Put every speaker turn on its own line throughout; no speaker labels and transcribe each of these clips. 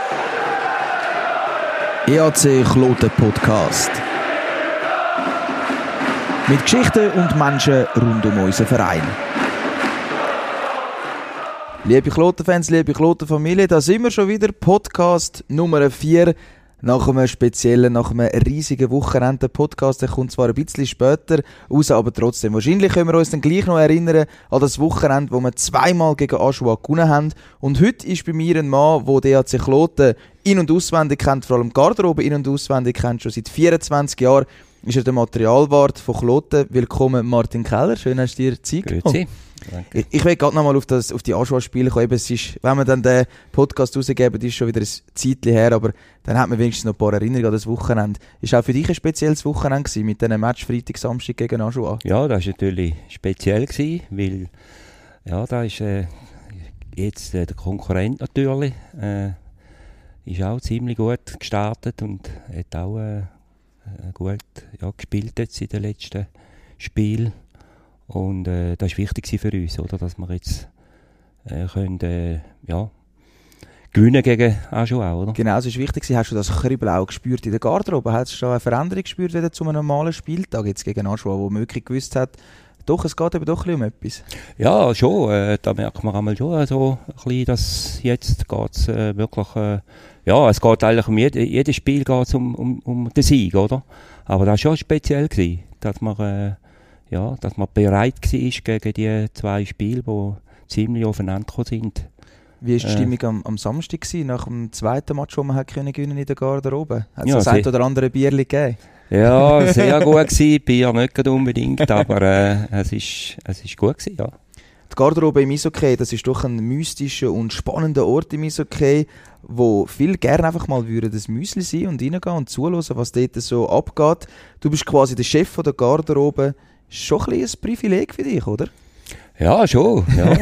EAC Kloten Podcast. Mit Geschichten und Menschen rund um unseren Verein. Liebe Kloten-Fans, liebe Kloten-Familie, da sind wir schon wieder. Podcast Nummer 4. Nach einem riesigen Wochenende. Der Podcast der kommt zwar ein bisschen später raus, aber trotzdem. Wahrscheinlich können wir uns dann gleich noch erinnern an das Wochenende, wo wir zweimal gegen Aschua gewonnen haben. Und heute ist bei mir ein Mann, der den EAC Kloten in- und auswendig kennt, vor allem Garderobe in- und auswendig kennt, schon seit 24 Jahren. Ist er der Materialwart von Kloten. Willkommen Martin Keller, schön hast du dir Zeit genommen.
Grüezi.
Ich will gerade nochmal auf die Aschua-Spiele kommen. Es ist, wenn wir dann den Podcast rausgeben, ist schon wieder ein Zeitchen her, aber dann hat man wenigstens noch ein paar Erinnerungen an das Wochenende. Ist auch für dich ein spezielles Wochenende gewesen, mit diesem Match Freitag, Samstag gegen Aschua?
Ja, das war natürlich speziell gewesen, weil ja, da ist jetzt der Konkurrent natürlich ist auch ziemlich gut gestartet und hat auch gut gespielt jetzt in den letzten Spielen. Und das war wichtig für uns, oder, dass wir jetzt können, gewinnen gegen Aschua, oder?
Genau, es ist wichtig. Hast du das Kribbeln auch gespürt in der Garderobe? Hast du da eine Veränderung gespürt wieder zu einem normalen Spieltag jetzt gegen Aschua, wo man wirklich gewusst hat, doch, es geht eben doch ein bisschen um etwas?
Ja, schon. Da merkt man einmal schon so ein bisschen, dass jetzt geht's wirklich, es geht eigentlich um jedes Spiel geht's um den Sieg, oder? Aber das war schon speziell gewesen, dass man bereit war gegen die zwei Spiele, die ziemlich aufeinander gekommen sind.
Wie war die Stimmung am Samstag gewesen, nach dem zweiten Match, das man gewinnen konnte in der Garderobe? Hat es
Ja,
das ein oder andere Bierchen gegeben?
Ja, sehr gut gewesen. Bier nicht unbedingt, aber es ist gut gewesen, ja.
Die Garderobe im Eishockey, das ist doch ein mystischer und spannender Ort im Eishockey, wo viele gerne einfach mal das Müsli sein und reingehen und zuhören, was dort so abgeht. Du bist quasi der Chef von der Garderobe. Schon ein bisschen ein Privileg für dich, oder?
Ja, schon. Ja,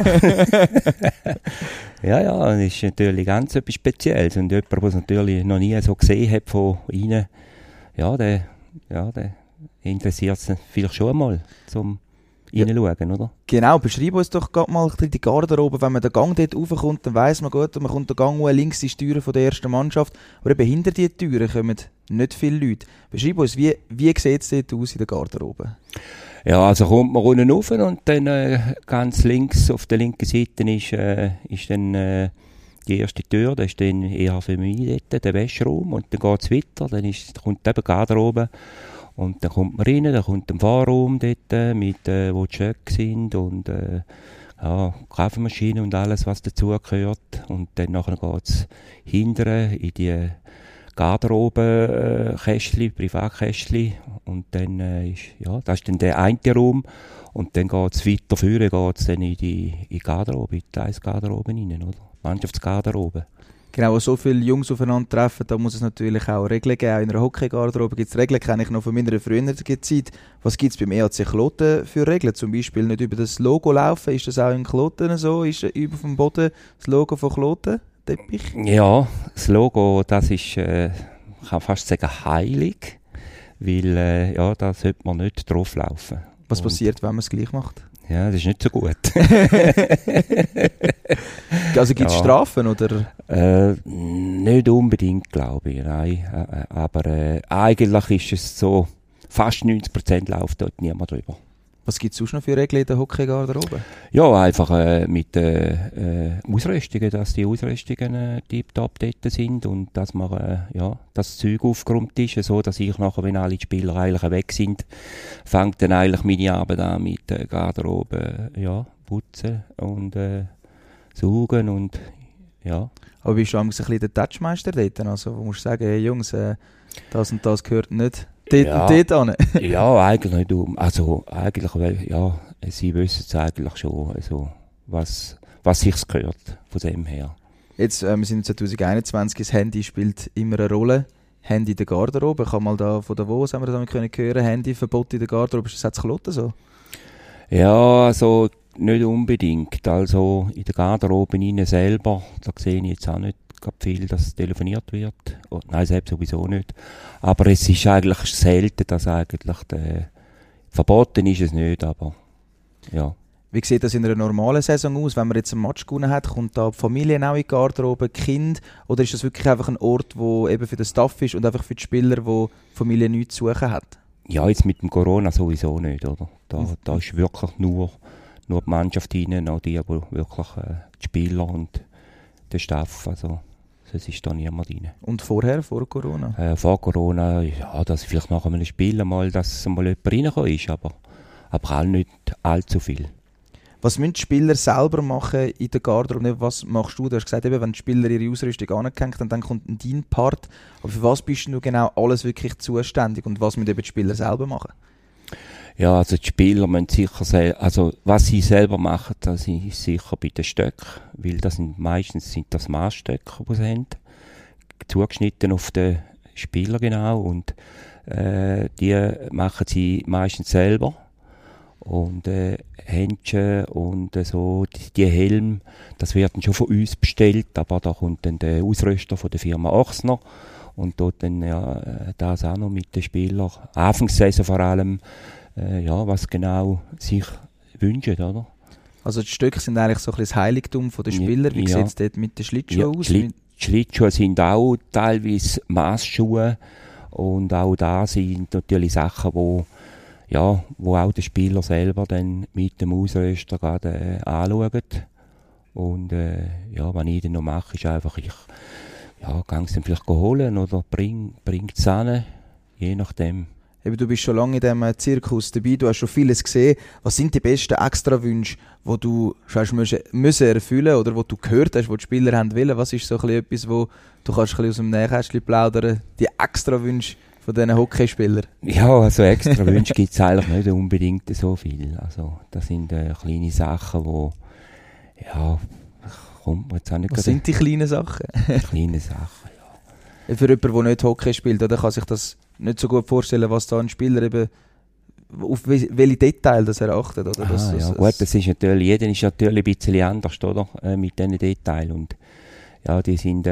das ist natürlich ganz etwas Spezielles. Und jemand, der es natürlich noch nie so gesehen hat von Ihnen, der interessiert es vielleicht schon einmal, zum reinschauen, oder?
Genau, beschreib uns doch gerade mal die Garderobe. Wenn man den Gang dort raufkommt, dann weiss man gut, man kommt den Gang links in die Türen von der ersten Mannschaft. Aber eben hinter diesen Türen kommen nicht viele Leute. Beschreib uns, wie sieht es dort aus in der Garderobe?
Ja, also kommt man unten rauf und dann ganz links auf der linken Seite ist dann die erste Tür, das ist dann eher für mich dort, der Wäschraum, und dann geht es weiter, kommt eben Garderobe und dann kommt man rein, dann kommt ein Fahrraum dort, mit, wo die Schöcke sind und Kaffeemaschine und alles, was dazugehört, und dann nachher geht es hinten in die Garderobe-Kästchen, Privatkästchen, und dann das ist dann der eine Raum, und dann geht es weiter vorne, geht es dann in die Garderobe, in die Eisgarderobe rein, oder? Mannschaftsgarderobe.
Genau, wo so viele Jungs aufeinandertreffen, da muss es natürlich auch Regeln geben. In einer Hockeygarderobe gibt es Regeln, kenne ich noch von meiner früheren Zeit. Was gibt es beim EAC Kloten für Regeln? Zum Beispiel nicht über das Logo laufen, ist das auch in Kloten so? Ist über dem Boden das Logo von Kloten? Teppich?
Ja, das Logo, das ist, ich kann fast sagen, heilig, weil da sollte man nicht drauflaufen.
Was passiert, wenn man es gleich macht?
Ja, das ist nicht so gut.
Also gibt es Strafen, oder?
Nicht unbedingt, glaube ich, nein. Aber eigentlich ist es so, fast 90% läuft dort niemand drüber.
Was gibt es sonst noch für Regeln in der Hockeygarderobe?
Ja, einfach mit Ausrüstungen, dass die Ausrüstungen tiptop dort sind und dass man das Zeug aufgeräumt ist, so dass ich nachher, wenn alle Spieler eigentlich weg sind, fängt dann eigentlich meine Arbeit an mit Garderobe, putzen und saugen und ja.
Aber bist du ein bisschen der Touchmeister dort? Also wo musst du sagen, hey Jungs, das und das gehört nicht dort und dort an?
Ja, eigentlich nicht. Also eigentlich, sie wissen es eigentlich schon, also, was sich gehört von dem her.
Jetzt, wir sind 2021, das Handy spielt immer eine Rolle. Handy in der Garderobe, ich habe mal da von Davos, haben wir das hören können, Handyverbot in der Garderobe, ist das jetzt Kloten so?
Ja, also nicht unbedingt. Also in der Garderobe innen selber, da sehe ich jetzt auch nicht viel, dass telefoniert wird. Oh, nein, selbst sowieso nicht. Aber es ist eigentlich selten, dass eigentlich verboten ist es nicht, aber ja.
Wie sieht das in einer normalen Saison aus? Wenn man jetzt ein Match gewonnen hat, kommt da die Familie auch in die Garderobe, Kind? Oder ist das wirklich einfach ein Ort, wo eben für den Staff ist und einfach für die Spieler, wo die Familie nichts zu suchen hat?
Ja, jetzt mit dem Corona sowieso nicht, oder? Da ist wirklich nur die Mannschaft rein, auch die, aber wirklich die Spieler und der Staff, also es ist da niemand rein.
Und vorher, vor Corona?
Vor Corona, ja, dass vielleicht nach einem Spiel mal, dass mal jemand reingekommen ist, aber auch nicht allzu viel.
Was müssen die Spieler selber machen in der Garderobe? Was machst du? Du hast gesagt, eben, wenn die Spieler ihre Ausrüstung angehängt haben, dann kommt dein Part. Aber für was bist du genau alles wirklich zuständig und was müssen eben die Spieler selber machen?
Ja, also die Spieler müssen sicher also was sie selber machen, das ist sicher bei den Stöcken, weil meistens das Maßstöcke, die sie haben, zugeschnitten auf den Spieler genau, und die machen sie meistens selber. Und Händchen und so, die Helme, das wird dann schon von uns bestellt, aber da kommt dann der Ausrüster von der Firma Ochsner und dort dann das auch noch mit den Spielern, Anfangssaison vor allem, was genau sich wünschen, oder? Also
die Stöcke sind eigentlich so ein bisschen das Heiligtum der Spieler. Wie sieht es dort mit den Schlittschuhen aus?
Die Schlittschuhe sind auch teilweise Massschuhe und auch da sind natürlich Sachen, wo auch der Spieler selber dann mit dem Ausrüster gerade anschaut. Und was ich dann noch mache, ist einfach, ich gehe es dann vielleicht holen oder bringe es hin, je nachdem.
Eben, du bist schon lange in diesem Zirkus dabei, du hast schon vieles gesehen. Was sind die besten Extrawünsche, die du müssen erfüllen oder die du gehört hast, die Spieler haben wollen? Was ist so etwas, wo du kannst aus dem Nähkästchen plaudern, die Extrawünsche von diesen Hockeyspielern?
Ja, also extra Wünsche gibt es eigentlich nicht unbedingt so viel. Also das sind kleine Sachen, kommt mir jetzt auch nicht.
Was sind die kleinen Sachen?
Kleine Sachen, ja.
Für jemanden, der nicht Hockey spielt, oder kann sich das nicht so gut vorstellen, was da ein Spieler eben, auf welche Details das er achtet, oder?
Gut, das ist natürlich, jeder ist natürlich ein bisschen anders, oder? Mit diesen Details. Und ja, die sind,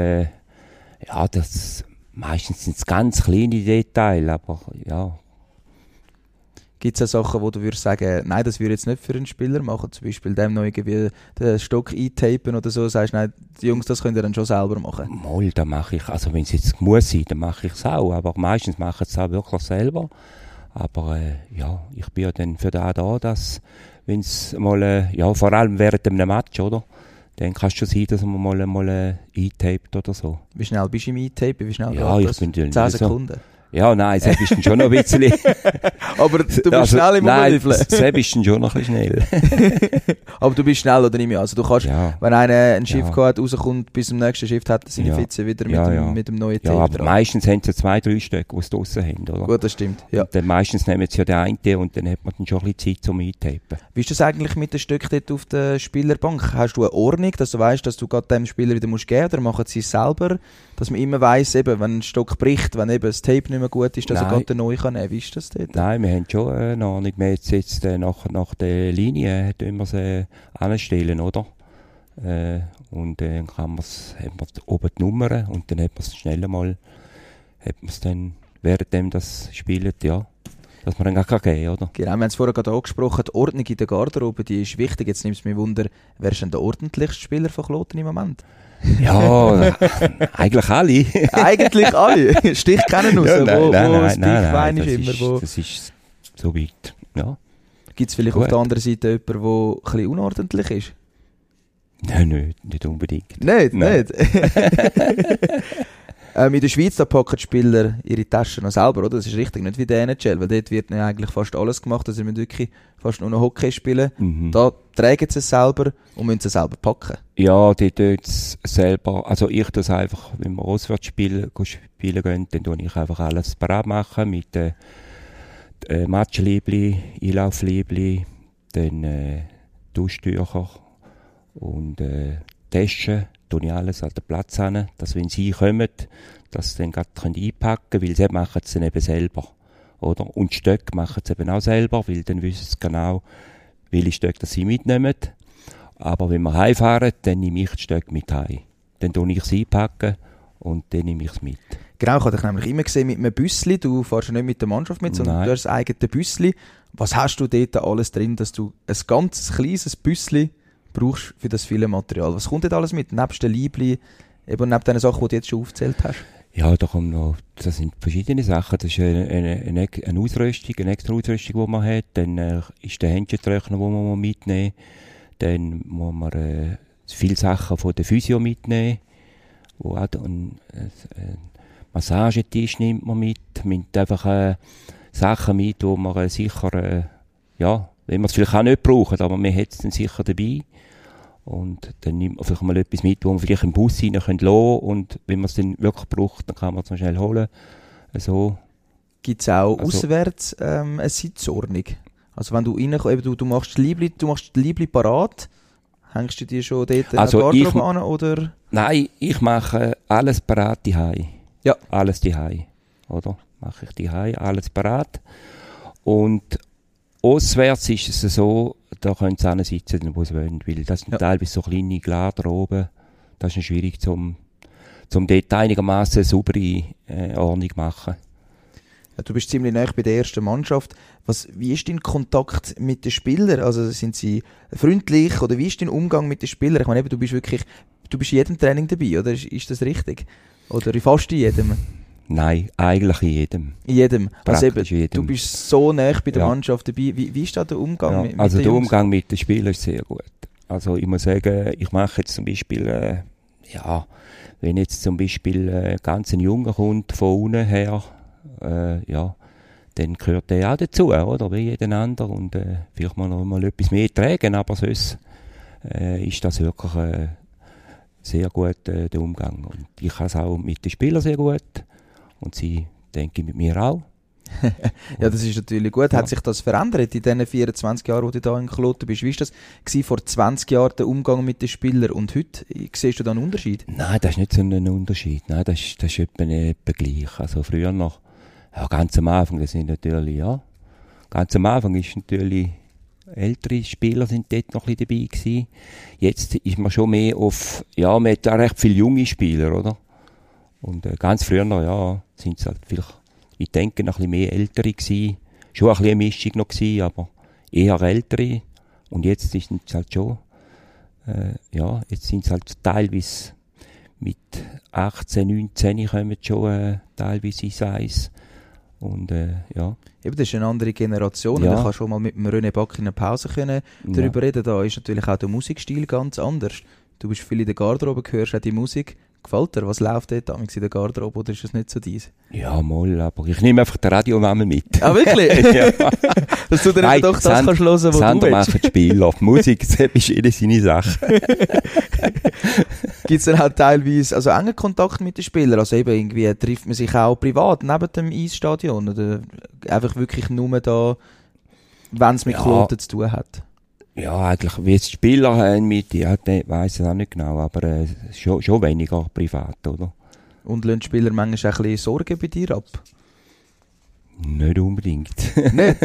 meistens sind es ganz kleine Details, aber ja.
Gibt es auch Sachen, wo du würdest sagen, nein, das würde ich jetzt nicht für einen Spieler machen, zum Beispiel dem noch irgendwie den Stock eintapen oder so, sagst du, nein, die Jungs, das könnt ihr dann schon selber machen?
Mal, da mache ich, also wenn es jetzt muss sein, dann mache ich es auch, aber meistens mache ich es auch wirklich selber. Aber ich bin ja dann für da, dass, wenn es mal, vor allem während einem Match, oder? Dann kann es schon sein, dass man mal eintapet oder so.
Wie schnell bist du im Eintapen? Wie schnell
geht das? Ich bin
10 Sekunden?
Ja, nein, das bist du schon noch ein bisschen.
Aber du bist schnell im Umwürfeln.
Nein, das bist du schon noch ein bisschen schnell.
Aber du bist schnell, oder nicht mehr? Also du kannst, wenn einer ein Shift hat, rauskommt, bis zum nächsten Shift hat er seine Fitze wieder mit dem neuen Tape
aber dran. Meistens haben sie 2, 3 Stück, die sie draussen haben, oder?
Gut, das stimmt. Ja.
Und dann meistens nehmen sie ja den einen und dann hat man dann schon ein bisschen Zeit zum Eintapen.
Wie ist das eigentlich mit den Stücken dort auf der Spielerbank? Hast du eine Ordnung, dass du weißt, dass du gerade dem Spieler wieder musst geben, oder machen sie es selber? Dass man immer weiss, eben, wenn ein Stock bricht, wenn eben das Tape nicht mehr gut ist, dass er gerade den neuen kann nehmen. Wie ist das dort?
Nein, wir haben schon eine Ahnung. Wir jetzt nach der Linie tun wir sie anstellen, oder? Und dann hat man oben die Nummern und dann hat man es schnell mal, währenddem das spielt, dass man dann gar geben, oder?
Genau, wir haben es vorher gerade angesprochen, die Ordnung in der Garderobe, die ist wichtig. Jetzt nimmt es mich Wunder, wer ist denn der ordentlichste Spieler von Kloten im Moment?
Ja, eigentlich alle.
Eigentlich alle? Stich kennen raus,
nein, das ist so weit, ja.
Gibt es vielleicht auf der anderen Seite jemanden, der ein bisschen unordentlich ist?
Nein, nicht unbedingt.
Nicht? In der Schweiz da packen die Spieler ihre Taschen noch selber, oder? Das ist richtig, nicht wie der NHL, weil dort wird ja eigentlich fast alles gemacht, also sie müssen wirklich fast nur noch Hockey spielen. Mhm. Da tragen sie es selber und müssen es selber packen. Ja,
die tun es selber, also ich tue es einfach, wenn wir auswärts spielen gehen, dann tue ich einfach alles bereit machen mit Matschliebli, Einlaufliebli, dann Duschtücher und Taschen. Tue ich alles an den Platz hin, dass wenn sie kommen, dass sie dann gerade einpacken können, weil sie machen es dann eben selber. Oder? Und die Stöcke machen es eben auch selber, weil dann wissen sie genau, welche Stöcke sie mitnehmen. Aber wenn wir heimfahren, dann nehme ich die Stöcke mit heim. Dann tue ich sie einpacken und dann nehme ich es mit.
Genau, ich habe dich nämlich immer gesehen mit einem Büssli. Du fährst ja nicht mit der Mannschaft mit, sondern
Nein.
du hast ein eigenes Büssli. Was hast du dort alles drin, dass du ein ganz kleines Büssli brauchst für das viele Material? Was kommt dort alles mit? Nebst den Liebli, eben neben den Sachen, die du jetzt schon aufgezählt hast?
Ja, da kommt noch, das sind verschiedene Sachen. Das ist eine Ausrüstung, eine extra Ausrüstung, die man hat. Dann ist der Händchentrockner, den man mitnehmen muss. Dann muss man viele Sachen von der Physio mitnehmen. Wo auch ein Massagetisch nimmt man mit. Man nimmt einfach Sachen mit, die man sicher, ja, wenn man es vielleicht auch nicht braucht, aber man hat es dann sicher dabei. Und dann nimmt man vielleicht mal etwas mit, wo man vielleicht im Bus rein lassen kann. Und wenn man es dann wirklich braucht, dann kann man es noch schnell holen. Also,
Gibt es auch auswärts eine Sitzordnung? Also wenn du reinkommst, du machst die Liebli parat, hängst du dir schon dort
also
Garderobe an, oder?
Nein, ich mache alles parat daheim.
Ja.
Alles daheim, oder? Mache ich daheim, alles parat. Und auswärts ist es so, da können sie auch sitzen, wo sie wollen, weil das sind teilweise so kleine Glader oben. Das ist noch schwierig, zum dort einigermaßen eine saubere Ordnung machen.
Ja, du bist ziemlich nah bei der ersten Mannschaft. Wie ist dein Kontakt mit den Spielern? Also sind sie freundlich oder wie ist dein Umgang mit den Spielern? Ich meine, eben, du bist in jedem Training dabei, oder? Ist das richtig? Oder fast in jedem?
Nein, eigentlich in jedem.
In jedem. Also eben,
jedem.
Du bist so nah bei der Mannschaft dabei. Wie ist da der Umgang mit
also
den
der
Jungs?
Umgang mit den Spielern ist sehr gut. Also ich muss sagen, ich mache jetzt zum Beispiel, wenn jetzt zum Beispiel ganz ein Junge kommt von unten her, dann gehört der auch dazu, oder? Wie jeder andere. Und vielleicht noch mal etwas mehr tragen, aber sonst ist das wirklich sehr gut, der Umgang. Und ich habe es auch mit den Spielern sehr gut. Und sie, denke ich, mit mir auch.
Ja, das ist natürlich gut. Hat sich das verändert in diesen 24 Jahren, wo du da in Kloten bist? Wie war das vor 20 Jahren, der Umgang mit den Spielern? Und heute, siehst du da einen Unterschied?
Nein, das ist nicht so ein Unterschied. Nein, das ist etwa gleich. Also früher noch, ganz am Anfang, das sind natürlich, ganz am Anfang ist natürlich, ältere Spieler sind dort noch ein bisschen dabei gewesen. Jetzt ist man schon mehr auf, man hat auch recht viele junge Spieler, oder? Und ganz früher noch, sind es halt vielleicht, ich denke, noch ein bisschen mehr Ältere gewesen. Schon ein bisschen eine Mischung noch gewesen, aber eher Ältere. Und jetzt sind es halt schon, jetzt sind es halt teilweise mit 18, 19 kommen schon teilweise ins Eis. Und
Eben, das ist eine andere Generation.
Ja.
Da kannst du schon mal mit dem René Back in einer Pause darüber reden. Da ist natürlich auch der Musikstil ganz anders. Du bist viel in der Garderobe, hörst auch die Musik. Gefällt dir? Was läuft dort damals in der Garderobe, oder ist das nicht so dies?
Ja, mal, aber ich nehme einfach den Radiomann mit.
Ah, wirklich?
Ja.
Dass du dann doch das kannst hören, was du
Sander
willst.
machen Spieler. Die Musik, das ist jede seine Sache.
Gibt es dann auch teilweise engen Kontakt mit den Spielern? Also eben irgendwie trifft man sich auch privat neben dem Eisstadion? Oder einfach wirklich nur da, wenn es mit Kloten zu tun hat?
Ja, eigentlich, wie es die Spieler haben mit, weiss ich auch nicht genau, aber schon weniger privat, oder?
Und lassen die Spieler manchmal auch ein bisschen Sorgen bei dir ab?
Nicht unbedingt.
Nicht.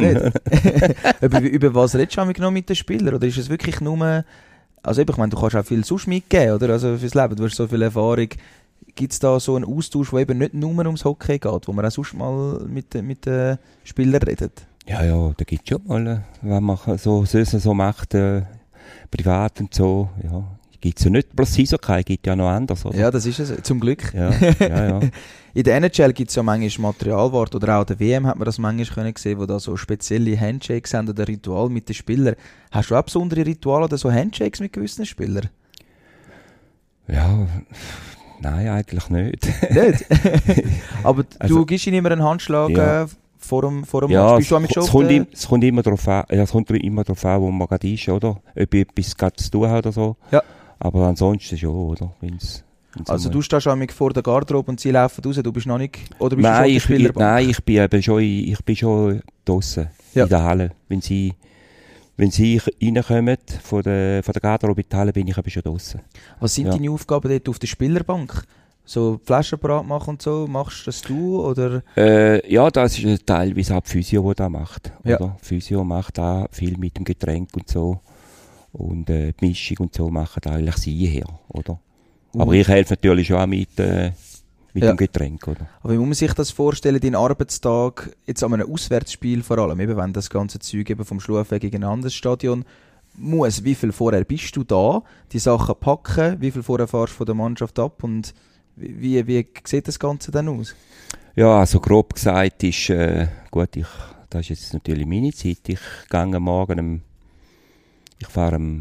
über was redest du noch mit den Spielern? Oder ist es wirklich nur, also eben, ich meine, du kannst auch viel sonst mitgeben, oder? Also fürs Leben, du hast so viel Erfahrung. Gibt es da so einen Austausch, der eben nicht nur ums Hockey geht, wo man auch sonst mal mit den Spielern redet?
Ja, da gibt es schon mal, wenn man so macht, privat und so, gibt es ja nicht bloß Eishockey, gibt ja noch anders, oder?
Ja, das ist es, zum Glück.
Ja.
In der NHL gibt es ja manchmal Materialwort, oder auch in der WM hat man das manchmal gesehen, wo da so spezielle Handshakes haben oder Ritual mit den Spielern. Hast du auch besondere Rituale oder so Handshakes mit gewissen Spielern?
Ja, nein, eigentlich nicht.
Nicht? Aber du gibst ihnen immer einen Handschlag vor dem Match. Bist du auch mit
es kommt immer darauf an, wo man gerade ist, oder? Ob ich etwas gerade zu tun habe oder so.
Ja.
Aber ansonsten schon, oder?
Also du stehst auch vor der Garderobe und sie laufen raus, du bist noch nicht, oder bist
nein,
du schon auf der Spielerbank?
Nein, ich bin schon draussen, in der Halle. Wenn sie reinkommen von der Garderobe in die Halle, bin ich aber schon draussen.
Was sind deine Aufgaben dort auf der Spielerbank? So Flaschen parat machen und so, machst das du, oder?
Das ist teilweise auch die Physio, die das macht.
Ja.
Oder? Die Physio macht da viel mit dem Getränk und so. Und die Mischung und so machen eigentlich sie her, oder? Aber ich helfe natürlich schon auch mit mit dem Getränk. Oder?
Aber wie muss man sich das vorstellen, deinen Arbeitstag, jetzt an einem Auswärtsspiel vor allem, eben wenn das ganze Zeug eben vom Schlufweg gegen ein anderes Stadion muss, wie viel vorher bist du da, die Sachen packen, wie viel vorher fährst du von der Mannschaft ab und wie sieht das Ganze dann aus?
Ja, also grob gesagt ist, gut, das ist jetzt natürlich meine Zeit, ich gehe morgen, ich fahre um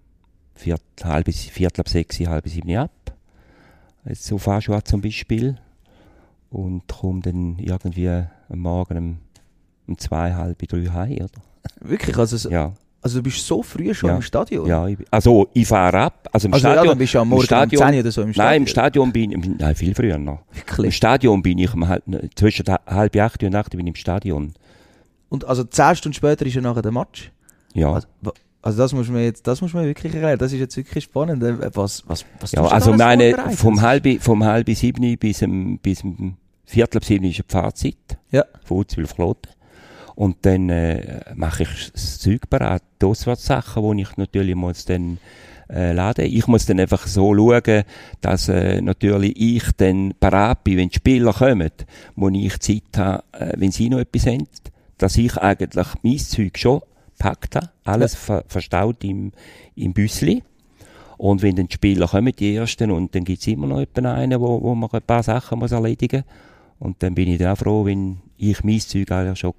Viertel ab 6, halb 7 ab. Jetzt so Fahrschule zum Beispiel. Und komme dann irgendwie am Morgen um 2, halb 3 heim, oder?
Wirklich? Also,
ja.
Also du bist so früh schon im Stadion?
Ja, ich fahre ab. Also im
Stadion,
dann
bist du am Morgen um 10 oder so im Stadion?
Nein, im Stadion bin ich, nein, viel früher noch.
Wirklich?
Im Stadion bin ich zwischen halb 8 und 8 bin ich im Stadion.
Und also 10 Stunden später ist ja nachher der Match?
Ja.
Also das muss man wirklich erklären. Das ist jetzt wirklich spannend. Was
ja, also meine, vom halb 7 bis um Viertel ab 7 ist eine Fahrzeit.
Ja.
Von Uzwil auf Kloten. Und dann mache ich das Zeug parat, die Auswärtssachen, die ich natürlich muss dann laden. Ich muss dann einfach so schauen, dass natürlich ich dann parat bin, wenn die Spieler kommen, wo ich Zeit habe, wenn sie noch etwas haben, dass ich eigentlich mein Zeug schon gepackt habe, alles verstaut im Büssli. Und wenn dann die Spieler kommen, die ersten, und dann gibt es immer noch einen, wo man ein paar Sachen muss erledigen muss. Und dann bin ich dann auch froh, wenn ich mein Zeug eigentlich schon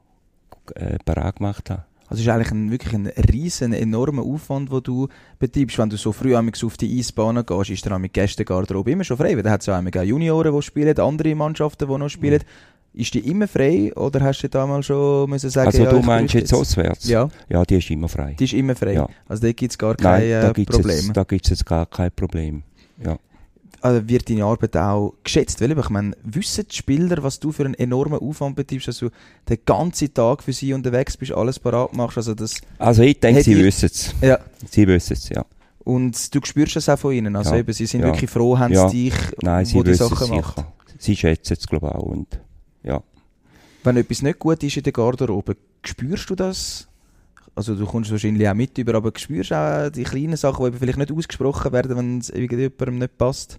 parat gemacht habe.
Also es ist eigentlich wirklich ein riesen, enormer Aufwand, den du betreibst. Wenn du so früh auf die Eisbahn gehst, ist dann mit Gästegarderobe immer schon frei. Weil da hat es ja auch Junioren, die spielen, andere Mannschaften, die noch spielen. Ist die immer frei oder hast du damals schon müssen sagen,
also
ja,
du meinst jetzt auswärts?
Ja.
Ja, die ist immer frei.
Die ist immer frei?
Ja.
Also da gibt es gar kein Problem?
Da gibt es jetzt gar kein Problem. Ja.
Also wird deine Arbeit auch geschätzt? Weil ich meine, wissen die Spieler, was du für einen enormen Aufwand betreibst, dass du den ganzen Tag für sie unterwegs bist, alles parat machst?
Also ich denke, sie wissen es.
Ja.
Sie wissen es, ja.
Und du spürst es auch von ihnen? Also eben, sie sind
ja.
wirklich froh, haben sie dich,
Nein,
wo die Sachen macht?
Sicher. Sie schätzen es, glaube ich, auch. Und, ja.
Wenn etwas nicht gut ist in der Garderobe, spürst du das? Also du kommst wahrscheinlich auch mit über, aber spürst du auch die kleinen Sachen, die eben vielleicht nicht ausgesprochen werden, wenn es irgendjemandem nicht passt?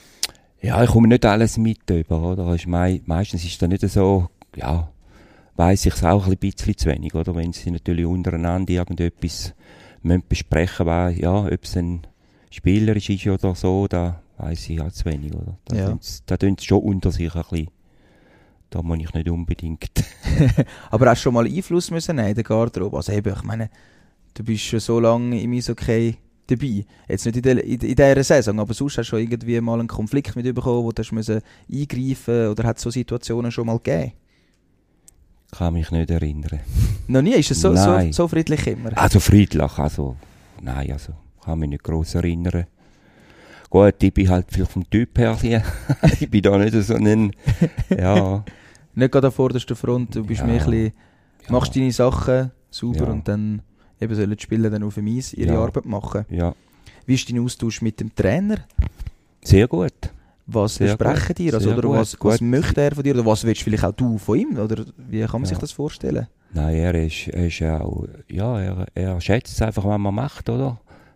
Ja, ich komme nicht alles mit über, oder? Meistens ist das nicht so, ja, weiss ich es auch ein bisschen zu wenig, oder? Wenn sie natürlich untereinander irgendetwas besprechen wollen, ja, ob es ein spielerisch ist oder so, da weiss ich auch zu wenig, oder? Da tun sie schon unter sich ein bisschen. Da muss ich nicht unbedingt.
Aber hast du schon mal Einfluss müssen nehmen in der Garderobe? Also eben, ich meine, du bist schon so lange im Eishockey dabei. Jetzt nicht in dieser Saison, aber sonst hast du schon irgendwie mal einen Konflikt mitbekommen, wo du eingreifen musst, oder hat es so Situationen schon mal gegeben?
Kann mich nicht erinnern.
Noch nie? Ist es so friedlich immer?
Also friedlich, nein, kann mich nicht gross erinnern. Gut, ich bin halt vielleicht vom Typ her, ich bin da nicht so ein, ja.
Nicht gerade an vorderster Front, du bist mehr ein bisschen, machst deine Sachen sauber und dann eben sollen die Spieler dann auf dem Eis ihre Arbeit machen.
Ja.
Wie ist dein Austausch mit dem Trainer?
Sehr gut.
Was besprechen die? Also, oder was möchte er von dir? Oder was willst vielleicht auch du von ihm? Oder wie kann man sich das vorstellen?
Nein, er ist auch, er schätzt es einfach, was man macht, oder?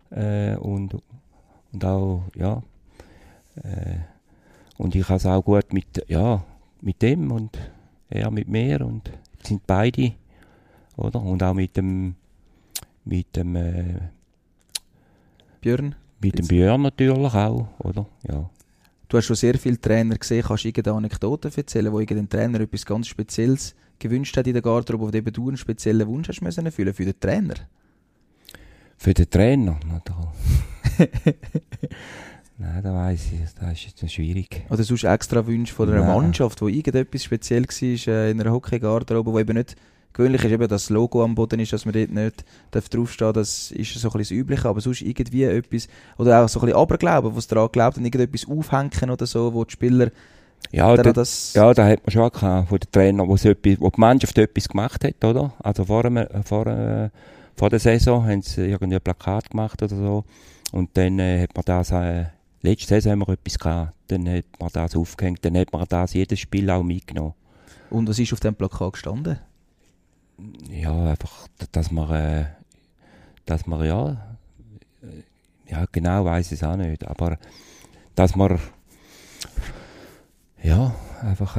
Und auch, ja. Und ich habe es auch gut mit dem und er mit mir und sind beide, oder? Und auch mit dem
Björn?
Mit dem Björn natürlich auch, oder? Ja.
Du hast schon sehr viele Trainer gesehen. Kannst du irgendeine Anekdote erzählen, wo irgendein Trainer etwas ganz Spezielles gewünscht hat in der Garderobe, wo du einen speziellen Wunsch hast müssen erfüllen für den Trainer?
Für den Trainer? Nein, da weiss ich, das ist jetzt schwierig.
Oder sonst extra Wünsche von einer Mannschaft, wo irgendetwas speziell war in einer Hockey-Garderobe, wo eben nicht gewöhnlich ist, eben, dass das Logo am Boden ist, dass man dort nicht draufstehen darf, das ist so ein bisschen das Übliche, aber sonst irgendwie etwas, oder auch so ein bisschen Aberglauben, was daran glaubt, und irgendetwas aufhängen oder so, wo die Spieler
da hat man schon gehabt, von den Trainer, wo die Mannschaft etwas gemacht hat, oder? Also vor der Saison haben sie irgendwie ein Plakat gemacht oder so, und dann hat man das, letzte Saison haben wir etwas gehabt, dann hat man das aufgehängt, dann hat man das jedes Spiel auch mitgenommen.
Und was ist auf dem Plakat gestanden?
Ja, einfach, dass man genau weiss es auch nicht, aber dass man Ja, einfach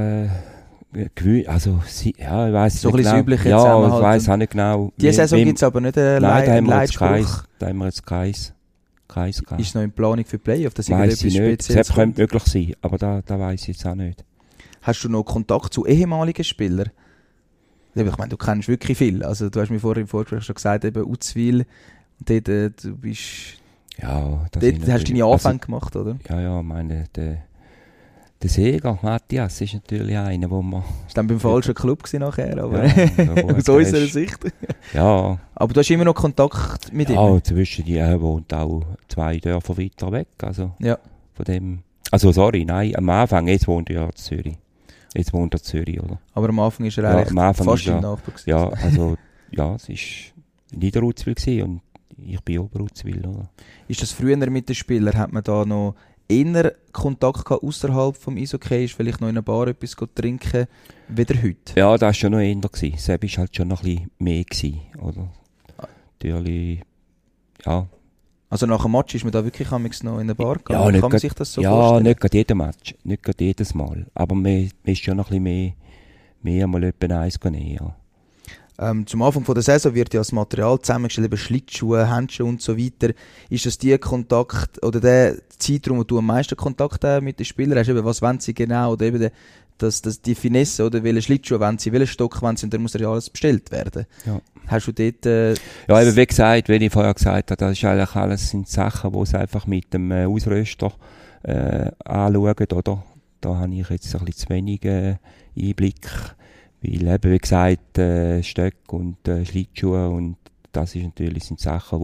also, ja, ich weiss
so
nicht
genau. So ein bisschen übliche
Zusammenhalt. Ja, ich weiss auch nicht genau.
Diese Saison gibt es aber nicht einen Leitspruch.
Da haben wir jetzt keins gehabt.
Ist noch in Planung für Playoff? Das
weiss ich nicht. Das könnte möglich sein, aber da weiss ich jetzt auch nicht.
Hast du noch Kontakt zu ehemaligen Spielern? Ich meine, du kennst wirklich viel. Also, du hast mir vorhin im Vorgespräch schon gesagt, eben Uzwil. Und dort, du bist...
Ja, das
dort hast du deine Anfänge gemacht, oder?
Ja, meine, der Seger, Matthias, ist natürlich einer, wo man...
Ist dann beim falschen Club gewesen nachher, aber
aus
unserer Sicht.
Ja.
Aber du hast immer noch Kontakt mit ihm?
Ja, zwischen die wohnt auch 2 Dörfer weiter weg, also
ja.
Von dem... Also sorry, nein, am Anfang, jetzt wohnt er in Zürich. Jetzt wohnt er in Zürich, oder?
Aber am Anfang ist er eigentlich fast im Nachbar gewesen.
Ja, also, ja, es war Niederuzwil gewesen und ich bin Oberuzwil, oder?
Ist das früher mit den Spielern, hat man da noch eher Kontakt gehabt außerhalb vom Eishockey, ist vielleicht noch in einer Bar etwas trinken, wieder heute?
Ja, das war schon noch eher gewesen. Seb war halt schon noch ein bisschen mehr gewesen, oder? Natürlich, ja.
Also nach dem Match ist man da wirklich noch in eine Bar gegangen?
Ja, nicht
kann man sich das so vorstellen?
Ja, nicht gerade jeden Match, nicht gerade jedes Mal. Aber man ist schon noch ein bisschen mehr mal etwa eins nehmen, ja.
Zum Anfang der Saison wird ja das Material zusammengestellt, eben Schlittschuhe, Handschuhe und so weiter. Ist das der Kontakt oder der Zeitraum, wo du am meisten Kontakt mit den Spielern hast? Eben, was wollen sie genau? Oder eben die Finesse, oder welchen Schlittschuh wollen sie, welchen Stock wollen sie, und dann muss ja alles bestellt werden.
Ja.
Hast du dort...
ja, eben wie gesagt, wie ich vorher gesagt habe, das ist eigentlich alles sind Sachen, die sie einfach mit dem Ausrüster anschauen, oder? Da habe ich jetzt ein bisschen zu wenig Einblick. Weil eben, wie gesagt, Stöcke und Schlittschuhe und das ist natürlich, sind Sachen,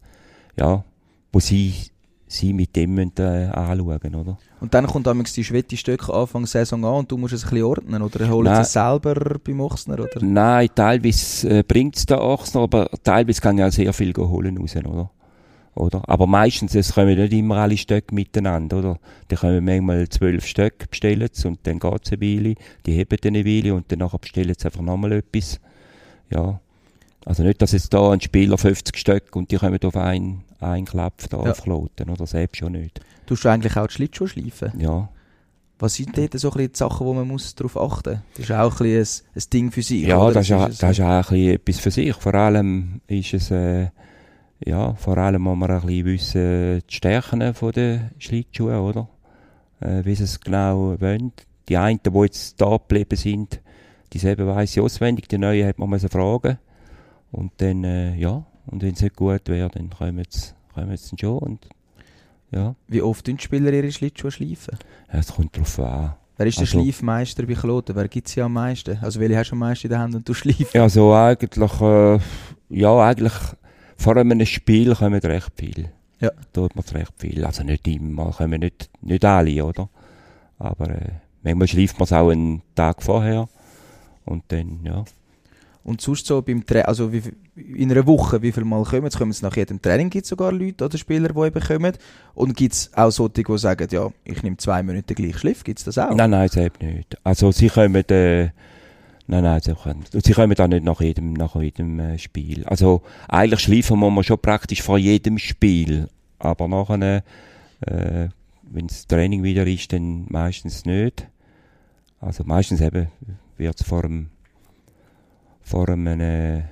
wo sie mit dem anschauen, oder?
Und dann kommt damals die Schwette-Stöcke Anfang der Saison an und du musst es ein bisschen ordnen, oder holen sie es selber beim Ochsner, oder?
Nein, teilweise bringt es der Ochsner, aber teilweise kann ich auch sehr viel holen raus, oder? Aber meistens, es kommen nicht immer alle Stöcke miteinander, oder? Die können manchmal 12 Stöcke bestellen und dann geht es eine Weile, die heben dann eine Weile und dann bestellen sie einfach nochmal etwas. Ja. Also nicht, dass jetzt da ein Spieler 50 Stöcke und die kommen auf einen Klapp da aufloten, oder? Selbst schon nicht.
Tust du eigentlich auch die Schlittschuhe schleifen?
Ja.
Was sind dort so ein bisschen die Sachen, wo man darauf achten muss? Das ist auch ein bisschen ein Ding für sich,
ja,
oder?
Das ist auch ein bisschen etwas für sich. Vor allem ist es... vor allem muss man ein bisschen wissen, die Stärken der Schlittschuhe, oder? Wie sie es genau wollen. Die einen, die jetzt da geblieben sind, die selber weiss ich auswendig, die neuen hat man fragen. Und dann, und wenn es nicht gut wäre, dann kommen sie dann schon. Und, ja.
Wie oft tun die Spieler ihre Schlittschuhe schleifen?
Ja, es kommt darauf an.
Wer ist der Schleifmeister bei Kloten? Wer gibt es ja am meisten? Also welche hast du am meisten in der Hand und du schleifst?
Ja, so eigentlich, vor einem Spiel kommen recht viel.
Ja.
Tut man recht viel. Also nicht immer, kommen nicht alle, oder? Aber manchmal schleift man es auch einen Tag vorher. Und dann, ja.
Und sonst so beim also in einer Woche, wie viel Mal kommen sie nach jedem Training? Gibt es sogar Leute oder Spieler, die eben kommen? Und gibt es auch solche, die sagen, ja, ich nehme 2 Monate gleich Schliff? Gibt es das auch?
Nein, selbst nicht. Also sie kommen... sie kommen da nicht nach jedem Spiel. Also eigentlich schleifen wir schon praktisch vor jedem Spiel. Aber nachher, wenn das Training wieder ist, dann meistens nicht. Also meistens eben wird es vor einem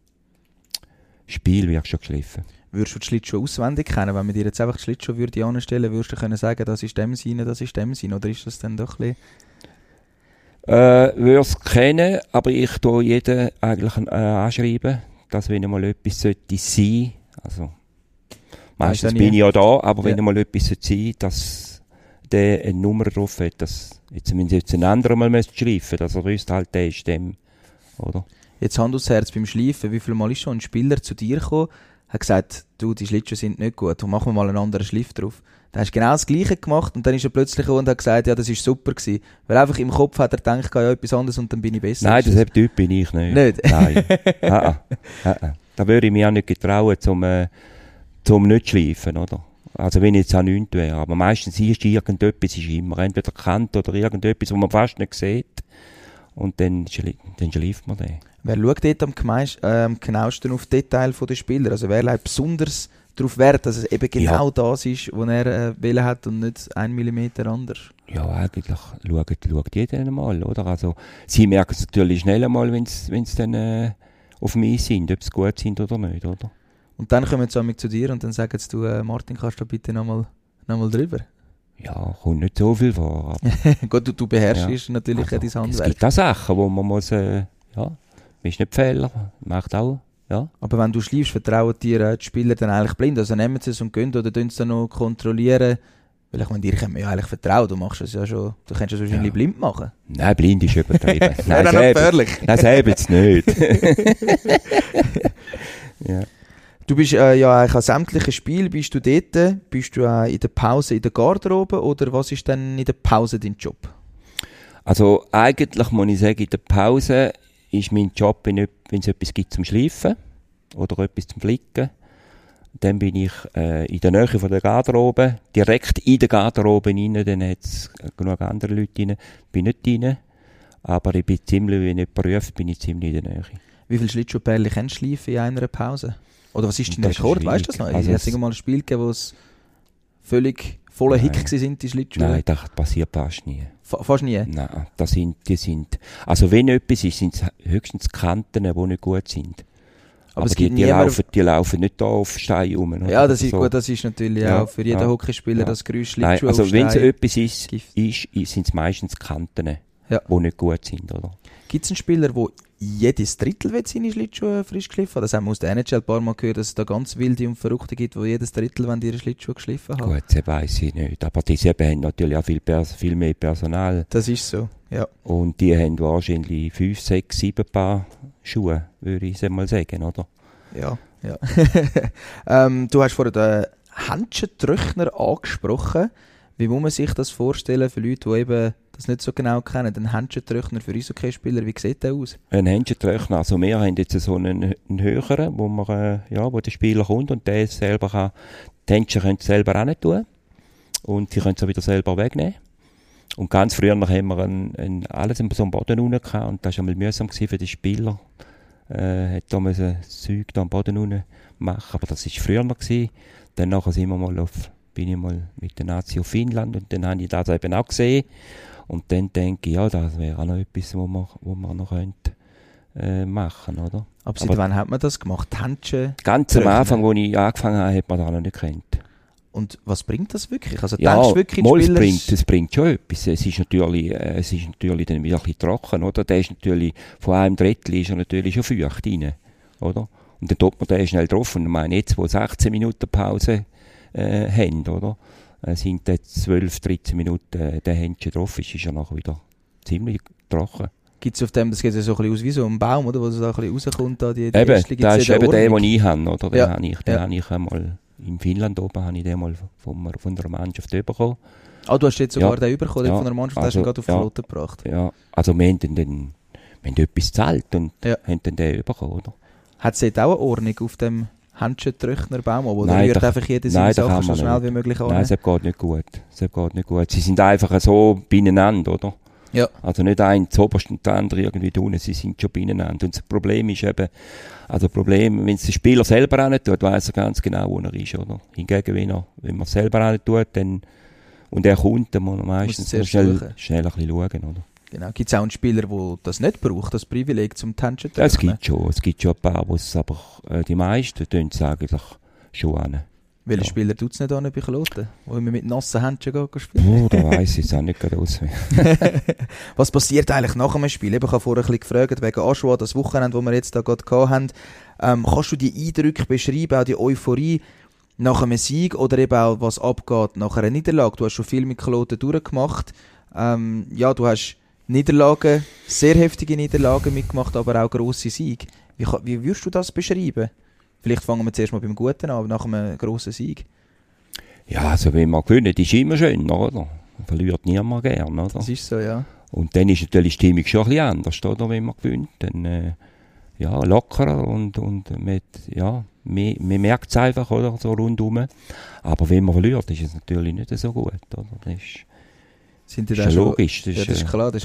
Spiel wird schon geschliffen.
Würdest du die Schlittschuhe auswendig kennen? Wenn man dir jetzt einfach die Schlittschuhe anstellen würde, würdest du können sagen, das ist dem Sinne, das ist dem Sinne? Oder ist das dann doch ein bisschen...
würde es kennen, aber ich tue jeden eigentlich anschreiben, dass wenn mal etwas sollte sein, also meistens bin ich ja da, aber wenn mal etwas sollte sein, dass der eine Nummer drauf hat, dass wenn sie jetzt einen anderen mal schleifen, dass er wüsste halt, der ist dem, oder?
Jetzt Hand aufs Herz beim Schleifen, wie viel Mal ist schon ein Spieler zu dir gekommen, hat gesagt, du, die Schlittschuhe sind nicht gut, machen wir mal einen anderen Schliff drauf. Dann hast du genau das Gleiche gemacht und dann ist er plötzlich gekommen und hat gesagt, ja, das war super gewesen. Weil einfach im Kopf hat er gedacht, ja, etwas anderes und dann bin ich besser.
Nein, das Typ bin ich nicht.
Nicht?
Nein. Da würde ich mich auch nicht getrauen, zum nicht zu schleifen, oder? Also wenn ich jetzt auch nichts wäre. Aber meistens ist irgendetwas ist immer entweder Kant oder irgendetwas, was man fast nicht sieht. Und dann schleift man den.
Wer schaut dort am genauesten auf die Details der Spieler? Also wer legt besonders darauf Wert, dass es eben genau das ist, was er wählen hat und nicht 1 Millimeter anders?
Ja, eigentlich schaut jeder einmal, oder? Also, sie merken es natürlich schnell einmal, wenn sie dann auf mich sind, ob sie gut sind oder nicht, oder?
Und dann kommen sie zu dir und dann sagen sie, du, Martin, kannst du bitte nochmal drüber?
Ja, kommt nicht so viel vor.
Gut, du beherrschst natürlich dein Handwerk.
Es gibt auch Sachen, wo man muss, ist nicht Fehler, macht auch, ja.
Aber wenn du schläfst, vertrauen dir die Spieler dann eigentlich blind? Also nehmen sie es und gehen oder tun sie dann noch kontrollieren? Weil ich meine, dir kann man ja eigentlich vertrauen, du machst es ja schon, du kannst es wahrscheinlich blind machen.
Nein, blind ist übertrieben.
Nein, gefährlich.
Nein, selbst nicht. Ja.
Du bist ja eigentlich an sämtlichen Spielen, bist du dort, bist du auch in der Pause in der Garderobe oder was ist dann in der Pause dein Job?
Also eigentlich muss ich sagen, in der Pause ist mein Job, wenn es etwas gibt zum Schleifen oder etwas zum Flicken. Dann bin ich in der Nähe von der Garderobe, direkt in der Garderobe rein, dann hat es genug andere Leute rein. Bin nicht rein, aber ich bin ziemlich, wenn ich prüft, bin ich ziemlich in der Nähe.
Wie viele Schlittschuhpärchen kannst du schleifen in einer Pause? Oder was ist dein Rekord? Weißt du das noch?
Also
es hat mal ein Spiel gegeben, wo es völlig voller Hick waren, die Schlittschuhe.
Nein, das passiert fast nie.
Fast nie?
Nein, die sind, also wenn etwas ist, sind es höchstens Kanten, die nicht gut sind. Aber
es gibt
die laufen nicht da auf Stein rum. Oder?
Ja, das ist
so.
gut, das ist natürlich auch für jeden Hockeyspieler das Geräusch
Schlittschuhe. Also wenn es etwas ist, sind es meistens Kanten, die nicht gut sind. Oder?
Gibt es einen Spieler, der jedes Drittel seine Schlittschuhe frisch geschliffen hat? Das haben wir aus der NHL ein paar Mal gehört, dass es da ganz wilde und Verrückte gibt, die jedes Drittel ihre Schlittschuhe geschliffen haben.
Gut, das weiss ich nicht. Aber die haben natürlich auch viel mehr Personal.
Das ist so, ja.
Und die haben wahrscheinlich 5, 6, 7 Paar Schuhe, würde ich mal sagen, oder?
Ja. Du hast vorhin den Händchentrockner angesprochen. Wie muss man sich das vorstellen für Leute, die eben das nicht so genau kennen? Ein Händchentrockner für Eishockeyspieler, wie sieht der aus? Ein
Händchentrockner, also wir haben jetzt so einen höheren, wo der Spieler kommt und der selber kann, die Händchen können sie selber auch nicht tun und sie können es auch wieder selber wegnehmen. Und ganz früher haben wir alles so am Boden unten gehabt und das war einmal mühsam für den Spieler. Hat da das Zeug da am Boden unten machen, aber das war früher noch gewesen. Dann nachher bin ich mal mit der Nazi auf Finnland und dann habe ich das eben auch gesehen. Und dann denke ich, ja, das wäre auch noch etwas, wo man noch machen könnte, oder?
Aber seit wann hat man das gemacht? Händchen?
Ganz am Anfang, als ich angefangen habe, hat man das noch nicht gekannt.
Und was bringt das wirklich? Also
wirklich es bringt schon etwas. Es ist natürlich dann wieder ein bisschen trocken, oder? Der ist natürlich, von einem Drittel ist er natürlich schon feucht rein, oder? Und dann tut man den schnell drauf und ich meine, jetzt, wo 16 Minuten Pause haben, oder? Sind jetzt 12, 13 Minuten der Händchen drauf ist er nachher wieder ziemlich trocken.
Gibt es auf dem, das sieht ja so ein bisschen aus wie so ein Baum, oder? Wo es da ein bisschen rauskommt, da die
Eben, das ist eben der, den ich habe, oder? Den
Ja.
habe ich einmal in Finnland oben, habe ich den mal von einer Mannschaft bekommen.
Ah, du hast jetzt sogar den bekommen von einer Mannschaft, hast du gerade auf die Flotte gebracht.
Ja, also wir haben dann etwas gezahlt und haben dann den bekommen, oder?
Hat es jetzt auch eine Ordnung auf dem Händchentrocknerbaum, oder rührt einfach jeder seine Sachen so schnell wie möglich an?
Nein, das geht nicht gut. Sie sind einfach so beieinander, oder?
Ja.
Also nicht ein zuoberst und der andere irgendwie unten, sie sind schon beieinander. Und das Problem ist eben, wenn es der Spieler selber auch nicht tut, weiss er ganz genau, wo er ist, oder? Hingegen, wenn man es selber auch nicht tut, dann, und er kommt, dann muss man meistens schnell ein bisschen schauen, oder?
Genau. Gibt es auch einen Spieler, der das nicht braucht, das Privileg zum Händchentrocknen?
Es gibt schon ein paar, aber die meisten tun es eigentlich schon an.
Welche Spieler tut es nicht an bei Kloten, wo immer mit nassen Händchen spielen?
Oh, da weiss ich es auch nicht gerade auswendig.
Was passiert eigentlich nach einem Spiel? Ich habe vorher ein bisschen gefragt, wegen Aschua, das Wochenende, das wir jetzt da gerade hatten. Kannst du die Eindrücke beschreiben, auch die Euphorie nach einem Sieg oder eben auch, was abgeht nach einer Niederlage? Du hast schon viel mit Kloten durchgemacht. Du hast Niederlagen, sehr heftige Niederlagen mitgemacht, aber auch grosse Siege. Wie würdest du das beschreiben? Vielleicht fangen wir zuerst mal beim Guten an, nach einem grossen Sieg.
Ja, also wenn man gewinnt, ist immer schön, oder? Verliert niemand gern, oder?
Das ist so, ja.
Und dann ist natürlich die Stimmung schon ein bisschen anders, oder, wenn man gewinnt. Dann, lockerer und man merkt es einfach, oder, so rundum. Aber wenn man verliert, ist es natürlich nicht so gut, oder? Das ist ja logisch. Das ist klar.